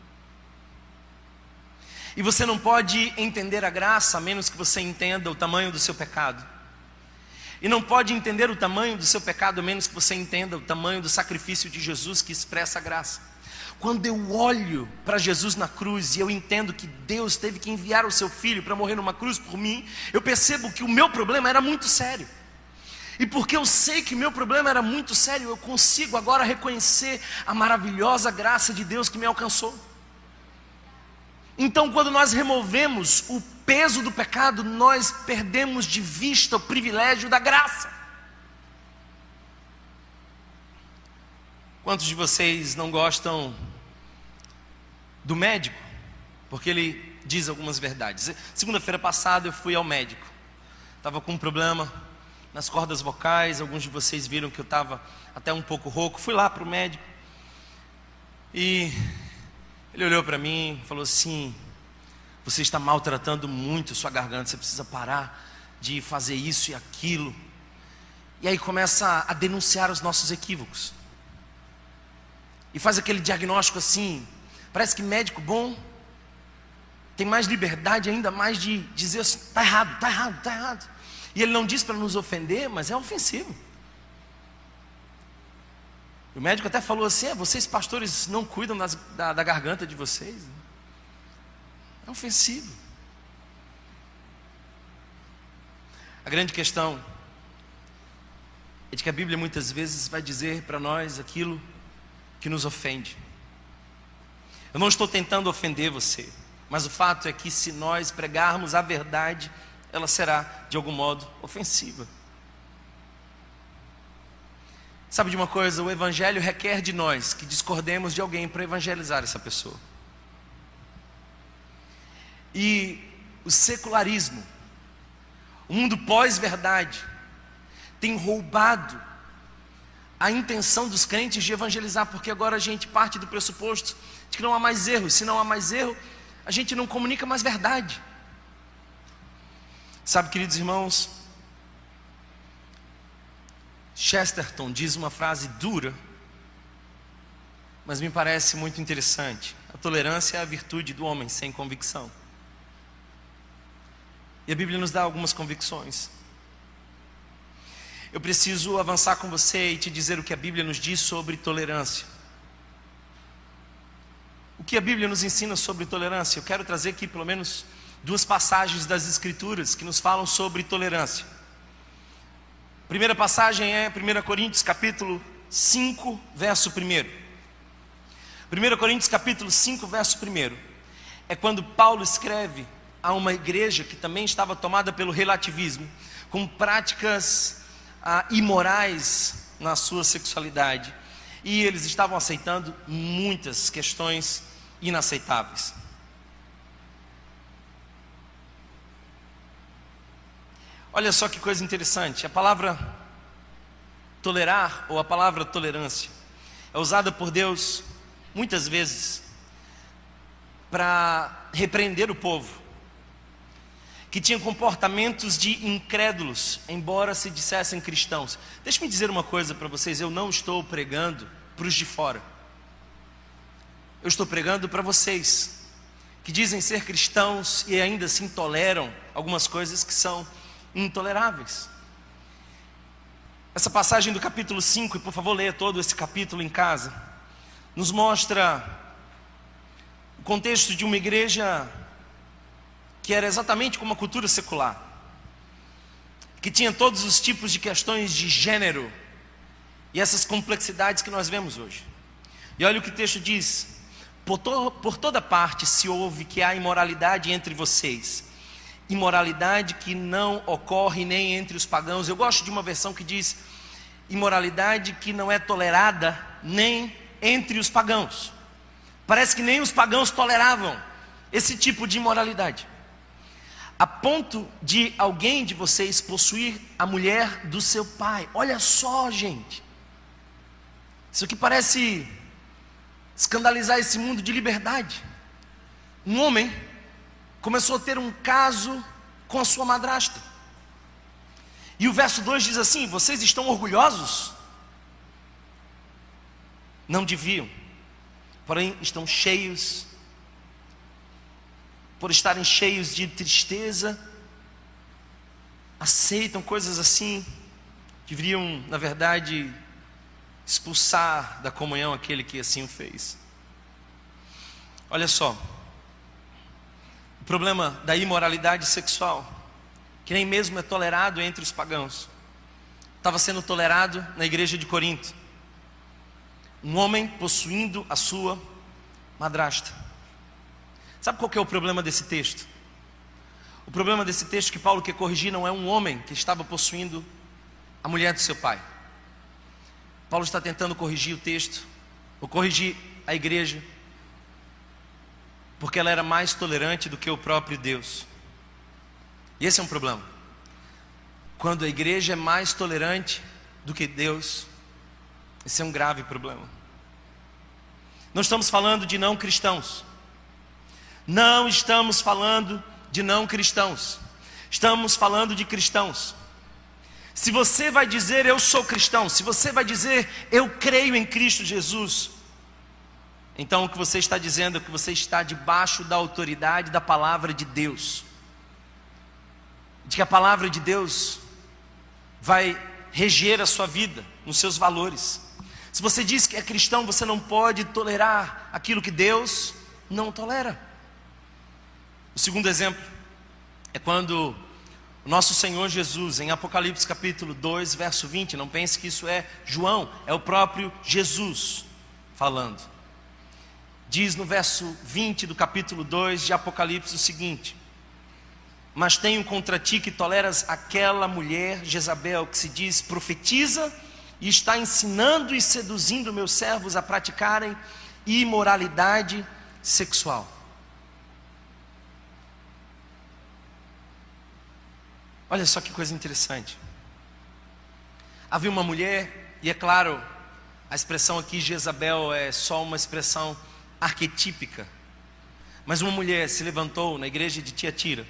E você não pode entender a graça a menos que você entenda o tamanho do seu pecado. E não pode entender o tamanho do seu pecado a menos que você entenda o tamanho do sacrifício de Jesus que expressa a graça. Quando eu olho para Jesus na cruz e eu entendo que Deus teve que enviar o seu filho para morrer numa cruz por mim, eu percebo que o meu problema era muito sério. E porque eu sei que o meu problema era muito sério, eu consigo agora reconhecer a maravilhosa graça de Deus que me alcançou. Então, quando nós removemos o peso do pecado, nós perdemos de vista o privilégio da graça. Quantos de vocês não gostam do médico? Porque ele diz algumas verdades. Segunda-feira passada eu fui ao médico. Estava com um problema nas cordas vocais. Alguns de vocês viram que eu estava até um pouco rouco. Fui lá para o médico e ele olhou para mim e falou assim: você está maltratando muito sua garganta, você precisa parar de fazer isso e aquilo. E aí começa a denunciar os nossos equívocos. E faz aquele diagnóstico assim. Parece que médico bom tem mais liberdade ainda mais de dizer assim: está errado, está errado, está errado. E ele não diz para nos ofender, mas é ofensivo. O médico até falou assim: é, vocês pastores não cuidam das, da, da garganta de vocês. É ofensivo. A grande questão é de que a Bíblia muitas vezes vai dizer para nós aquilo que nos ofende. Eu não estou tentando ofender você, mas o fato é que se nós pregarmos a verdade, ela será de algum modo ofensiva. Sabe de uma coisa? O Evangelho requer de nós que discordemos de alguém para evangelizar essa pessoa. E o secularismo, o mundo pós-verdade, tem roubado a intenção dos crentes de evangelizar, porque agora a gente parte do pressuposto de que não há mais erro. Se não há mais erro, a gente não comunica mais verdade. Sabe, queridos irmãos, Chesterton diz uma frase dura, mas me parece muito interessante: a tolerância é a virtude do homem sem convicção. E a Bíblia nos dá algumas convicções. Eu preciso avançar com você e te dizer o que a Bíblia nos diz sobre tolerância. O que a Bíblia nos ensina sobre tolerância? Eu quero trazer aqui pelo menos duas passagens das Escrituras que nos falam sobre tolerância. A primeira passagem é primeira Coríntios capítulo cinco, verso primeiro. primeira Coríntios capítulo cinco, verso primeiro. É quando Paulo escreve a uma igreja que também estava tomada pelo relativismo, com práticas ah, imorais na sua sexualidade. E eles estavam aceitando muitas questões inaceitáveis. Olha só que coisa interessante. A palavra tolerar, ou a palavra tolerância, é usada por Deus muitas vezes para repreender o povo que tinha comportamentos de incrédulos, embora se dissessem cristãos. Deixa-me dizer uma coisa para vocês: eu não estou pregando para os de fora. Eu estou pregando para vocês que dizem ser cristãos e ainda assim toleram algumas coisas que são intoleráveis. Essa passagem do capítulo cinco, e por favor leia todo esse capítulo em casa, nos mostra o contexto de uma igreja que era exatamente como a cultura secular, que tinha todos os tipos de questões de gênero e essas complexidades que nós vemos hoje. E olha o que o texto diz: por, to, por toda parte se ouve que há imoralidade entre vocês, imoralidade que não ocorre nem entre os pagãos. Eu gosto de uma versão que diz imoralidade que não é tolerada nem entre os pagãos. Parece que nem os pagãos toleravam esse tipo de imoralidade, a ponto de alguém de vocês possuir a mulher do seu pai. Olha só, gente, isso aqui parece escandalizar esse mundo de liberdade. Um homem começou a ter um caso com a sua madrasta, e o verso dois diz assim: vocês estão orgulhosos? Não deviam, porém estão cheios, por estarem cheios de tristeza, aceitam coisas assim, deveriam, na verdade, expulsar da comunhão aquele que assim o fez. Olha só, o problema da imoralidade sexual, que nem mesmo é tolerado entre os pagãos, estava sendo tolerado na igreja de Corinto. Um homem possuindo a sua madrasta. Sabe qual que é o problema desse texto? O problema desse texto que Paulo quer corrigir não é um homem que estava possuindo a mulher do seu pai. Paulo está tentando corrigir o texto, ou corrigir a igreja, porque ela era mais tolerante do que o próprio Deus. E esse é um problema. Quando a igreja é mais tolerante do que Deus, esse é um grave problema. Não estamos falando de não cristãos. Não estamos falando de não cristãos. Estamos falando de cristãos. Se você vai dizer eu sou cristão, se você vai dizer eu creio em Cristo Jesus, então o que você está dizendo é que você está debaixo da autoridade da palavra de Deus, de que a palavra de Deus vai reger a sua vida, nos seus valores. Se você diz que é cristão, você não pode tolerar aquilo que Deus não tolera. O segundo exemplo é quando o nosso Senhor Jesus, em Apocalipse capítulo dois, verso vinte, não pense que isso é João, é o próprio Jesus falando. Diz no verso vinte do capítulo dois de Apocalipse o seguinte: mas tenho contra ti que toleras aquela mulher Jezabel, que se diz profetiza, e está ensinando e seduzindo meus servos a praticarem imoralidade sexual. Olha só que coisa interessante. Havia uma mulher, e é claro, a expressão aqui Jezabel é só uma expressão arquetípica, mas uma mulher se levantou na igreja de Tiatira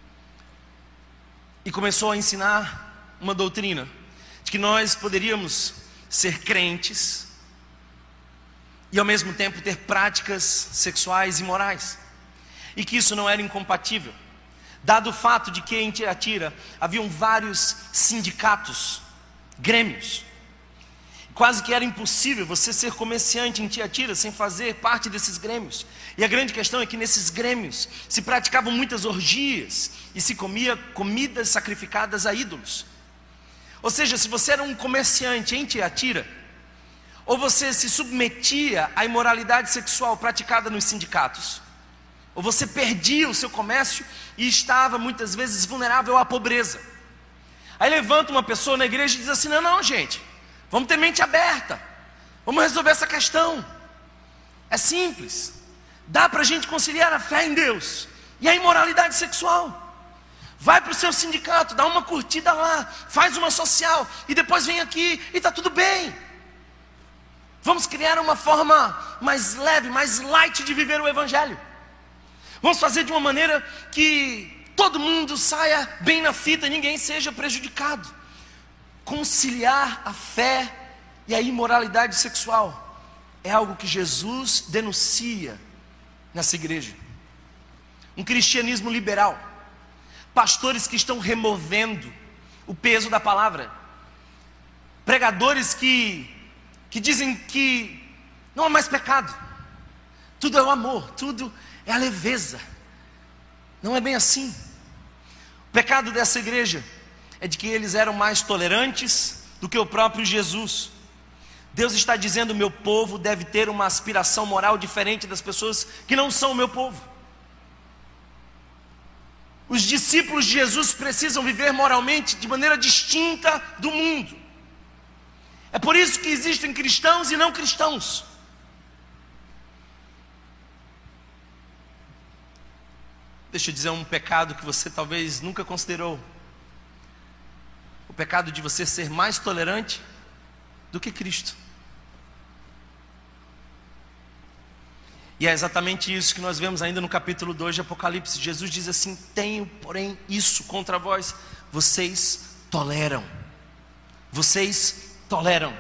e começou a ensinar uma doutrina de que nós poderíamos ser crentes e ao mesmo tempo ter práticas sexuais imorais, e que isso não era incompatível, dado o fato de que em Tiatira haviam vários sindicatos, grêmios. Quase que era impossível você ser comerciante em Tiatira sem fazer parte desses grêmios. E a grande questão é que nesses grêmios se praticavam muitas orgias e se comia comidas sacrificadas a ídolos. Ou seja, se você era um comerciante em Tiatira, ou você se submetia à imoralidade sexual praticada nos sindicatos, ou você perdia o seu comércio e estava muitas vezes vulnerável à pobreza. Aí levanta uma pessoa na igreja e diz assim: não, não gente, vamos ter mente aberta, vamos resolver essa questão. É simples, dá para a gente conciliar a fé em Deus e a imoralidade sexual. Vai para o seu sindicato, dá uma curtida lá, faz uma social e depois vem aqui e está tudo bem. Vamos criar uma forma mais leve, mais light de viver o evangelho. Vamos fazer de uma maneira que todo mundo saia bem na fita, ninguém seja prejudicado. Conciliar a fé e a imoralidade sexual é algo que Jesus denuncia nessa igreja. Um cristianismo liberal, pastores que estão removendo o peso da palavra, pregadores que, que dizem que não há mais pecado, tudo é o amor, tudo é a leveza. Não é bem assim. O pecado dessa igreja é de que eles eram mais tolerantes do que o próprio Jesus. Deus está dizendo: meu povo deve ter uma aspiração moral diferente das pessoas que não são o meu povo. Os discípulos de Jesus precisam viver moralmente de maneira distinta do mundo. É por isso que existem cristãos e não cristãos. Deixa eu dizer um pecado que você talvez nunca considerou. O pecado de você ser mais tolerante do que Cristo. E é exatamente isso que nós vemos ainda no capítulo dois de Apocalipse. Jesus diz assim: tenho, porém, isso contra vós. Vocês toleram. Vocês toleram.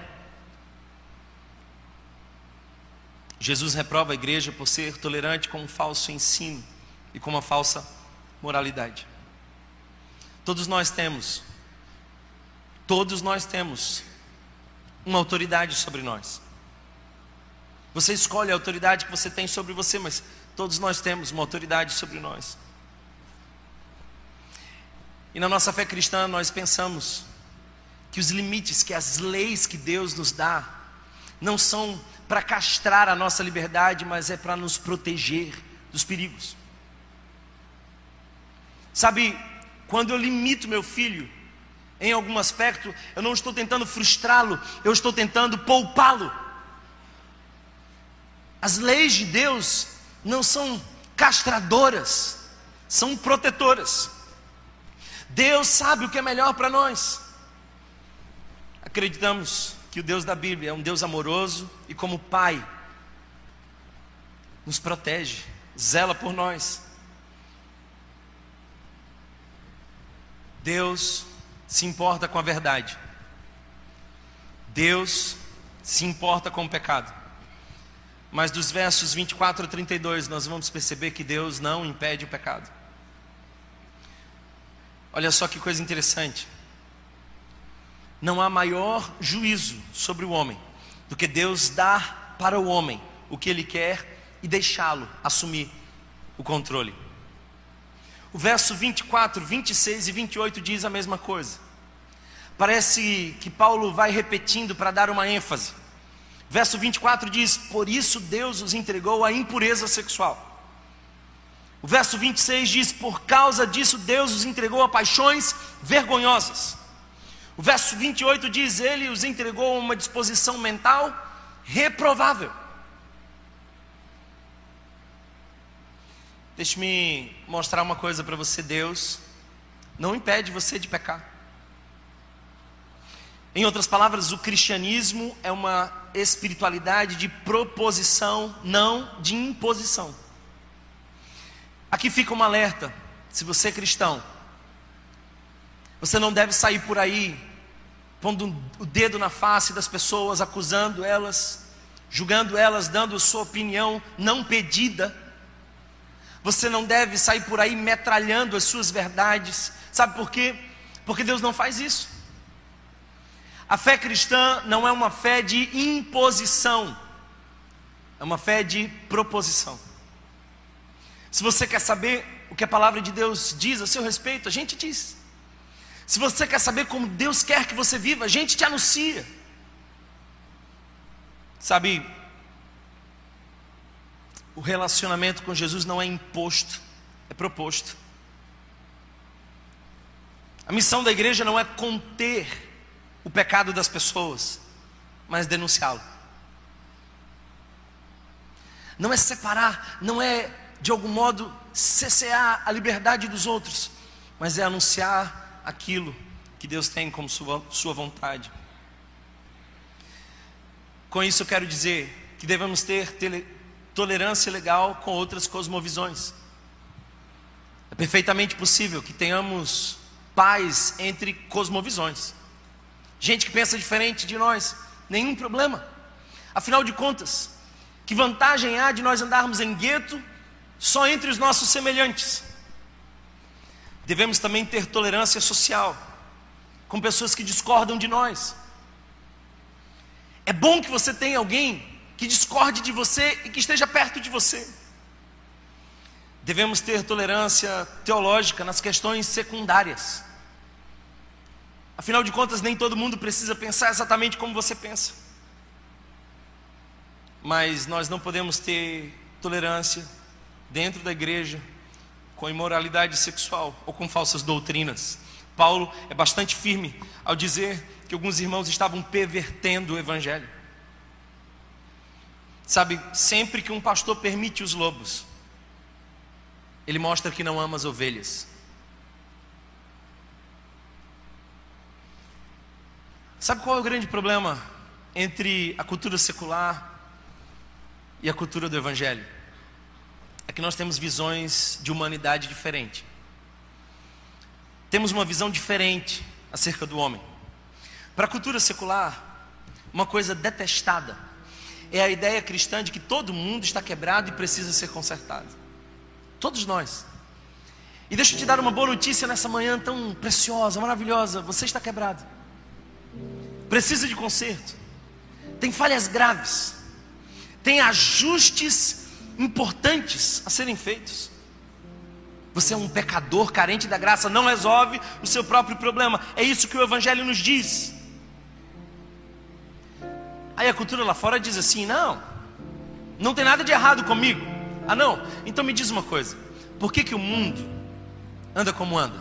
Jesus reprova a igreja por ser tolerante com um falso ensino e com uma falsa moralidade. Todos nós temos, todos nós temos uma autoridade sobre nós. Você escolhe a autoridade que você tem sobre você, mas todos nós temos uma autoridade sobre nós. E na nossa fé cristã nós pensamos que os limites, que as leis que Deus nos dá, não são para castrar a nossa liberdade, mas é para nos proteger dos perigos. Sabe, quando eu limito meu filho em algum aspecto, eu não estou tentando frustrá-lo, eu estou tentando poupá-lo. As leis de Deus não são castradoras, são protetoras. Deus sabe o que é melhor para nós. Acreditamos que o Deus da Bíblia é um Deus amoroso e, como Pai, nos protege, zela por nós. Deus se importa com a verdade. Deus se importa com o pecado. Mas dos versos vinte e quatro a trinta e dois nós vamos perceber que Deus não impede o pecado. Olha só que coisa interessante. Não há maior juízo sobre o homem do que Deus dar para o homem o que ele quer e deixá-lo assumir o controle. O verso vinte e quatro, vinte e seis e vinte e oito diz a mesma coisa. Parece que Paulo vai repetindo para dar uma ênfase. Verso vinte e quatro diz: por isso Deus os entregou à impureza sexual. O verso vinte e seis diz: por causa disso Deus os entregou a paixões vergonhosas. O verso vinte e oito diz: ele os entregou a uma disposição mental reprovável. Deixe-me mostrar uma coisa para você. Deus não impede você de pecar. Em outras palavras, o cristianismo é uma espiritualidade de proposição, não de imposição. Aqui fica um alerta: se você é cristão, você não deve sair por aí pondo o dedo na face das pessoas, acusando elas, julgando elas, dando sua opinião não pedida. Você não deve sair por aí metralhando as suas verdades. Sabe por quê? Porque Deus não faz isso. A fé cristã não é uma fé de imposição, é uma fé de proposição. Se você quer saber o que a palavra de Deus diz a seu respeito, a gente diz. Se você quer saber como Deus quer que você viva, a gente te anuncia. Sabe, o relacionamento com Jesus não é imposto, é proposto. A missão da igreja não é conter o pecado das pessoas, mas denunciá-lo. Não é separar, não é de algum modo cessear a liberdade dos outros, mas é anunciar aquilo que Deus tem como sua, sua vontade. Com isso eu quero dizer que devemos ter tele, tolerância legal com outras cosmovisões. É perfeitamente possível que tenhamos paz entre cosmovisões. Gente que pensa diferente de nós, nenhum problema. Afinal de contas, que vantagem há de nós andarmos em gueto só entre os nossos semelhantes? Devemos também ter tolerância social com pessoas que discordam de nós. É bom que você tenha alguém que discorde de você e que esteja perto de você. Devemos ter tolerância teológica nas questões secundárias. Afinal de contas, nem todo mundo precisa pensar exatamente como você pensa. Mas nós não podemos ter tolerância dentro da igreja com imoralidade sexual ou com falsas doutrinas. Paulo é bastante firme ao dizer que alguns irmãos estavam pervertendo o evangelho. Sabe, sempre que um pastor permite os lobos, ele mostra que não ama as ovelhas. Sabe qual é o grande problema entre a cultura secular e a cultura do Evangelho? É que nós temos visões de humanidade diferentes. Temos uma visão diferente acerca do homem. Para a cultura secular, uma coisa detestada é a ideia cristã de que todo mundo está quebrado e precisa ser consertado. Todos nós. E deixa eu te dar uma boa notícia nessa manhã tão preciosa, maravilhosa. Você está quebrado. Precisa de conserto. Tem falhas graves. Tem ajustes importantes a serem feitos. Você é um pecador carente da graça, não resolve o seu próprio problema. É isso que o Evangelho nos diz. Aí a cultura lá fora diz assim: não, não tem nada de errado comigo. Ah não, então me diz uma coisa. Por que que o mundo anda como anda?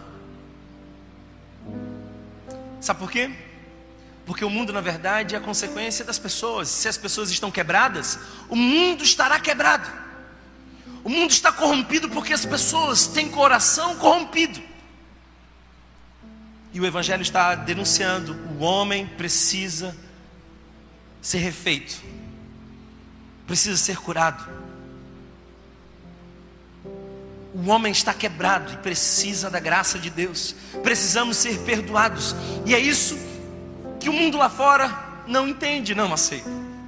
Sabe por quê? Porque o mundo, na verdade, é a consequência das pessoas. Se as pessoas estão quebradas, o mundo estará quebrado. O mundo está corrompido porque as pessoas têm coração corrompido. E o Evangelho está denunciando: o homem precisa ser refeito, precisa ser curado. O homem está quebrado e precisa da graça de Deus. Precisamos ser perdoados. E é isso que o mundo lá fora não entende, não aceita.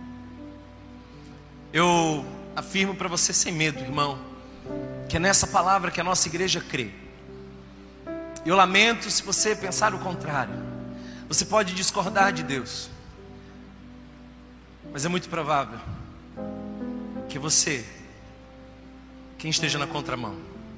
Eu afirmo para você sem medo, irmão, que é nessa palavra que a nossa igreja crê. Eu lamento se você pensar o contrário. Você pode discordar de Deus, mas é muito provável que você, quem esteja na contramão.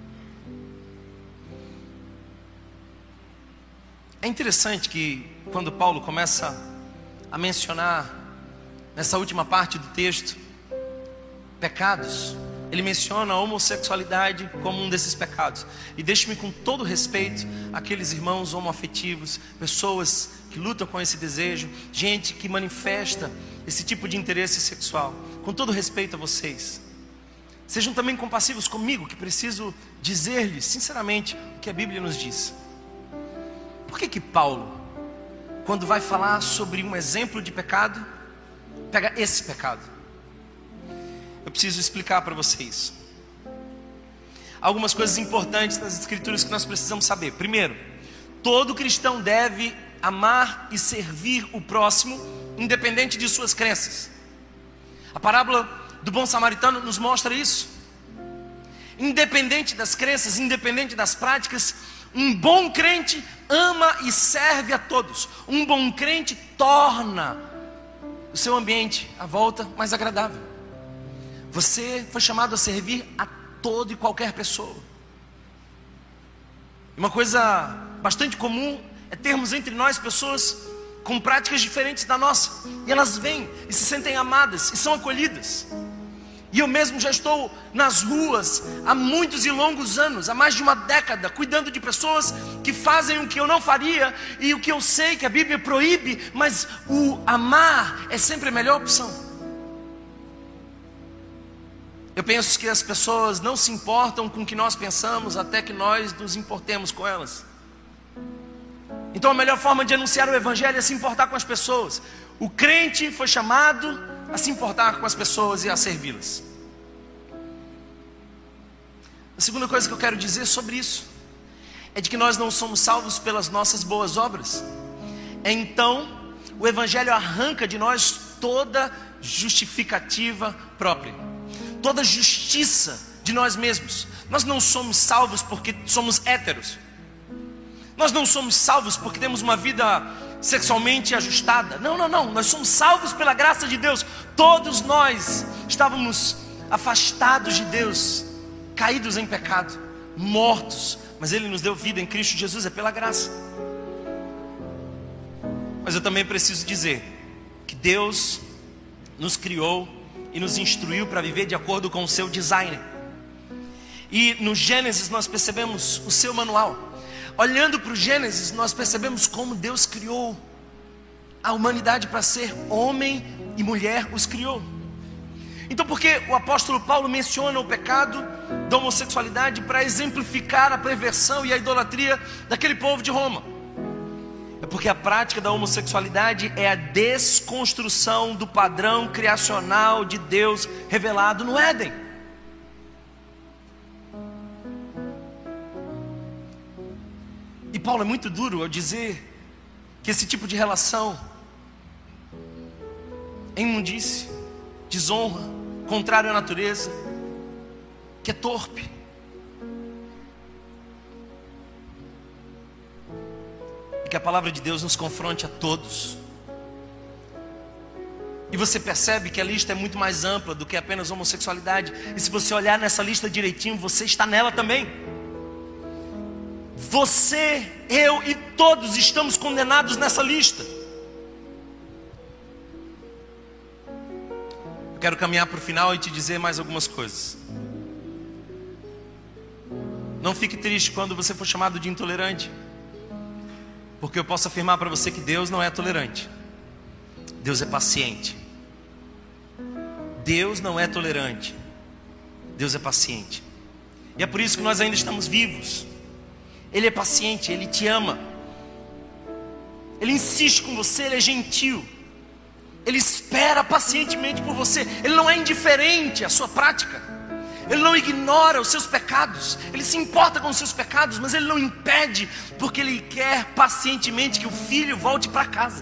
É interessante que quando Paulo começa a mencionar nessa última parte do texto pecados, ele menciona a homossexualidade como um desses pecados. E deixe-me com todo respeito aqueles irmãos homoafetivos, pessoas que lutam com esse desejo, gente que manifesta esse tipo de interesse sexual. Com todo respeito a vocês, sejam também compassivos comigo, que preciso dizer-lhes sinceramente o que a Bíblia nos diz. Por que que Paulo, quando vai falar sobre um exemplo de pecado, pega esse pecado? Eu preciso explicar para vocês algumas coisas importantes nas Escrituras que nós precisamos saber. Primeiro, todo cristão deve amar e servir o próximo, independente de suas crenças. A parábola do bom samaritano nos mostra isso. Independente das crenças, independente das práticas, um bom crente ama e serve a todos. Um bom crente torna o seu ambiente, a volta, mais agradável. Você foi chamado a servir a toda e qualquer pessoa. Uma coisa bastante comum é termos entre nós pessoas com práticas diferentes da nossa, e elas vêm e se sentem amadas e são acolhidas. E eu mesmo já estou nas ruas há muitos e longos anos, há mais de uma década, cuidando de pessoas que fazem o que eu não faria e o que eu sei que a Bíblia proíbe, mas o amar é sempre a melhor opção. Eu penso que as pessoas não se importam com o que nós pensamos até que nós nos importemos com elas. Então a melhor forma de anunciar o Evangelho é se importar com as pessoas. O crente foi chamado a se importar com as pessoas e a servi-las. A segunda coisa que eu quero dizer sobre isso é de que nós não somos salvos pelas nossas boas obras. Então o Evangelho arranca de nós toda justificativa própria, toda justiça de nós mesmos. Nós não somos salvos porque somos héteros. Nós não somos salvos porque temos uma vida sexualmente ajustada. Não, não, não. Nós somos salvos pela graça de Deus. Todos nós estávamos afastados de Deus, caídos em pecado, mortos, mas Ele nos deu vida em Cristo Jesus. É pela graça. Mas eu também preciso dizer que Deus nos criou e nos instruiu para viver de acordo com o seu design. E no Gênesis nós percebemos o seu manual. Olhando para o Gênesis, nós percebemos como Deus criou a humanidade para ser homem e mulher, os criou. Então por que o apóstolo Paulo menciona o pecado da homossexualidade para exemplificar a perversão e a idolatria daquele povo de Roma? É porque a prática da homossexualidade é a desconstrução do padrão criacional de Deus revelado no Éden. E Paulo é muito duro ao dizer que esse tipo de relação é imundície, desonra, contrário à natureza, que é torpe. E que a palavra de Deus nos confronte a todos. E você percebe que a lista é muito mais ampla do que apenas homossexualidade. E se você olhar nessa lista direitinho, você está nela também. Você, eu e todos estamos condenados nessa lista. Eu quero caminhar para o final e te dizer mais algumas coisas. Não fique triste quando você for chamado de intolerante, porque eu posso afirmar para você que Deus não é tolerante. Deus é paciente. Deus não é tolerante. Deus é paciente. E é por isso que nós ainda estamos vivos. Ele é paciente, Ele te ama. Ele insiste com você, Ele é gentil. Ele espera pacientemente por você. Ele não é indiferente à sua prática. Ele não ignora os seus pecados. Ele se importa com os seus pecados, mas Ele não impede, porque Ele quer pacientemente que o filho volte para casa.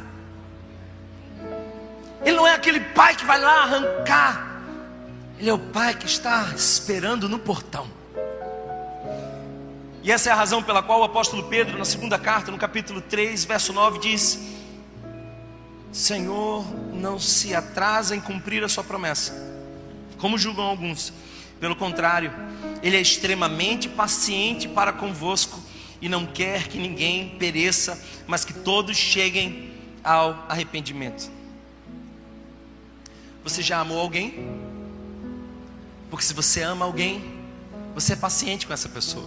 Ele não é aquele pai que vai lá arrancar. Ele é o pai que está esperando no portão. E essa é a razão pela qual o apóstolo Pedro, na segunda carta, no capítulo três, verso nove, diz: Senhor, não se atrasa em cumprir a sua promessa, como julgam alguns. Pelo contrário, Ele é extremamente paciente para convosco e não quer que ninguém pereça, mas que todos cheguem ao arrependimento. Você já amou alguém? Porque se você ama alguém, você é paciente com essa pessoa.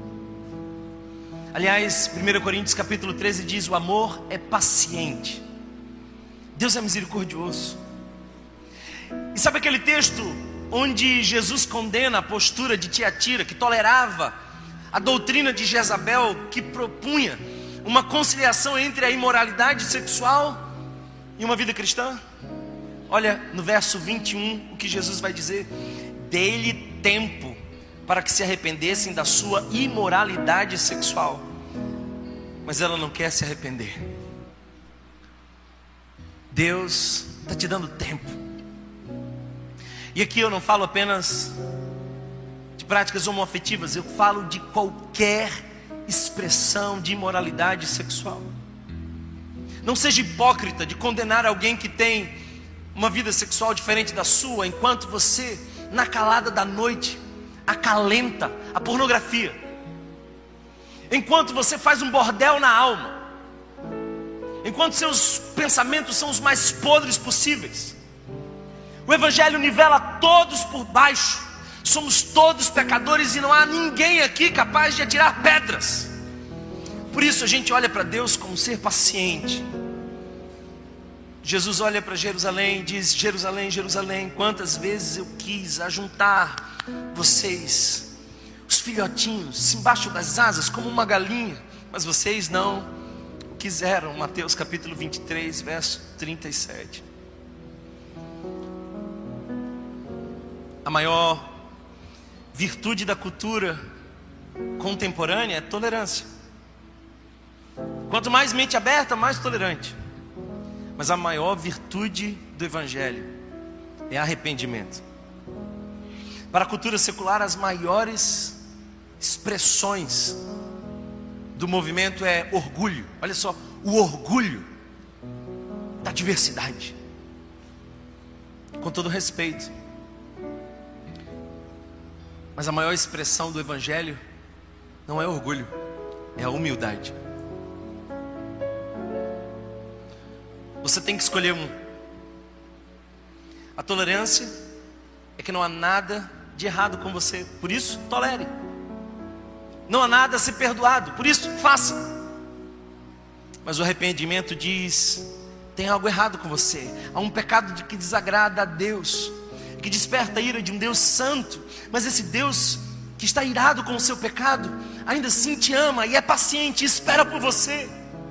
Aliás, primeira Coríntios capítulo treze diz: o amor é paciente. Deus é misericordioso. E sabe aquele texto onde Jesus condena a postura de Tiatira, que tolerava a doutrina de Jezabel, que propunha uma conciliação entre a imoralidade sexual e uma vida cristã? Olha no verso vinte e um o que Jesus vai dizer: dê-lhe tempo para que se arrependessem da sua imoralidade sexual. Mas ela não quer se arrepender. Deus está te dando tempo. E aqui eu não falo apenas de práticas homoafetivas, eu falo de qualquer expressão de imoralidade sexual. Não seja hipócrita de condenar alguém que tem uma vida sexual diferente da sua, enquanto você, na calada da noite, acalenta a pornografia, enquanto você faz um bordel na alma, enquanto seus pensamentos são os mais podres possíveis. O Evangelho nivela todos por baixo. Somos todos pecadores e não há ninguém aqui capaz de atirar pedras. Por isso a gente olha para Deus como um ser paciente. Jesus olha para Jerusalém e diz: Jerusalém, Jerusalém, quantas vezes eu quis ajuntar vocês, os filhotinhos, embaixo das asas como uma galinha, mas vocês não quiseram. Mateus capítulo vinte e três, verso trinta e sete. A maior virtude da cultura contemporânea é tolerância. Quanto mais mente aberta, mais tolerante. Mas a maior virtude do Evangelho é arrependimento. Para a cultura secular, as maiores expressões do movimento é orgulho. Olha só, o orgulho da diversidade. Com todo respeito, mas a maior expressão do Evangelho não é orgulho, é a humildade. Você tem que escolher um. A tolerância é que não há nada de errado com você, por isso tolere. Não há nada a ser perdoado, por isso faça. Mas o arrependimento diz: tem algo errado com você, há um pecado de que desagrada a Deus. que desperta a ira de um Deus santo, mas esse Deus que está irado com o seu pecado, ainda assim te ama e é paciente, e espera por você.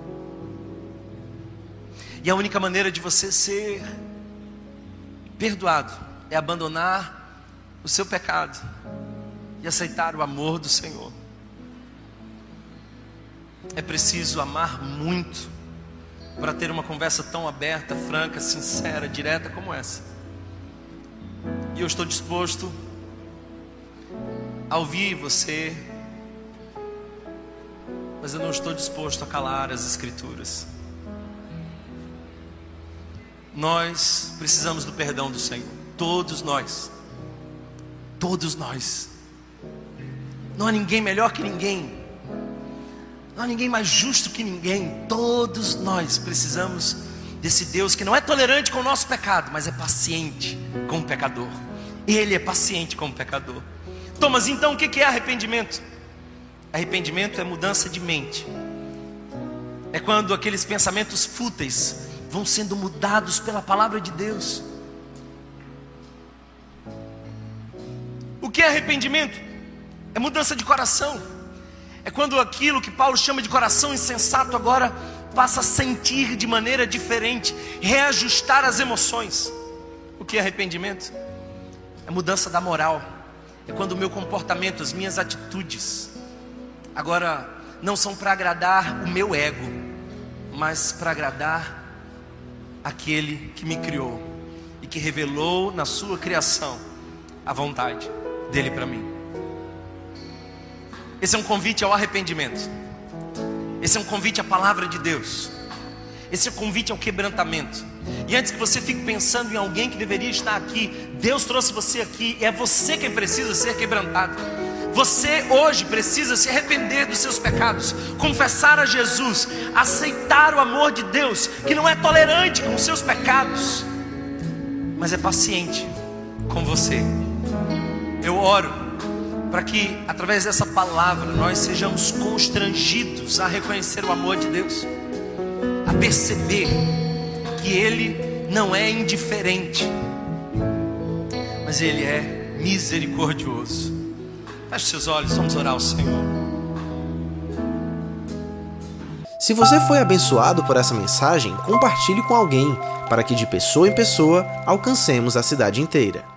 E a única maneira de você ser perdoado é abandonar o seu pecado e aceitar o amor do Senhor. É preciso amar muito para ter uma conversa tão aberta, franca, sincera, direta como essa. E eu estou disposto a ouvir você, mas eu não estou disposto a calar as Escrituras. Nós precisamos do perdão do Senhor, todos nós, todos nós. Não há ninguém melhor que ninguém, não há ninguém mais justo que ninguém. Todos nós precisamos desse Deus que não é tolerante com o nosso pecado, mas é paciente com o pecador. Ele é paciente com o pecador. Thomas, então o que é arrependimento? Arrependimento é mudança de mente. É quando aqueles pensamentos fúteis vão sendo mudados pela palavra de Deus. O que é arrependimento? É mudança de coração. É quando aquilo que Paulo chama de coração insensato agora passa a sentir de maneira diferente, reajustar as emoções. O que é arrependimento? É mudança da moral. É quando o meu comportamento, as minhas atitudes agora não são para agradar o meu ego, mas para agradar aquele que me criou e que revelou na sua criação a vontade dele para mim. Esse é um convite ao arrependimento. Esse é um convite à palavra de Deus. Esse é um convite ao quebrantamento. E antes que você fique pensando em alguém que deveria estar aqui, Deus trouxe você aqui, e é você quem precisa ser quebrantado. Você hoje precisa se arrepender dos seus pecados, confessar a Jesus, aceitar o amor de Deus, que não é tolerante com os seus pecados, mas é paciente com você. Eu oro para que através dessa palavra nós sejamos constrangidos a reconhecer o amor de Deus, a perceber que Ele não é indiferente, mas Ele é misericordioso. Feche seus olhos, vamos orar ao Senhor. Se você foi abençoado por essa mensagem, compartilhe com alguém, para que de pessoa em pessoa alcancemos a cidade inteira.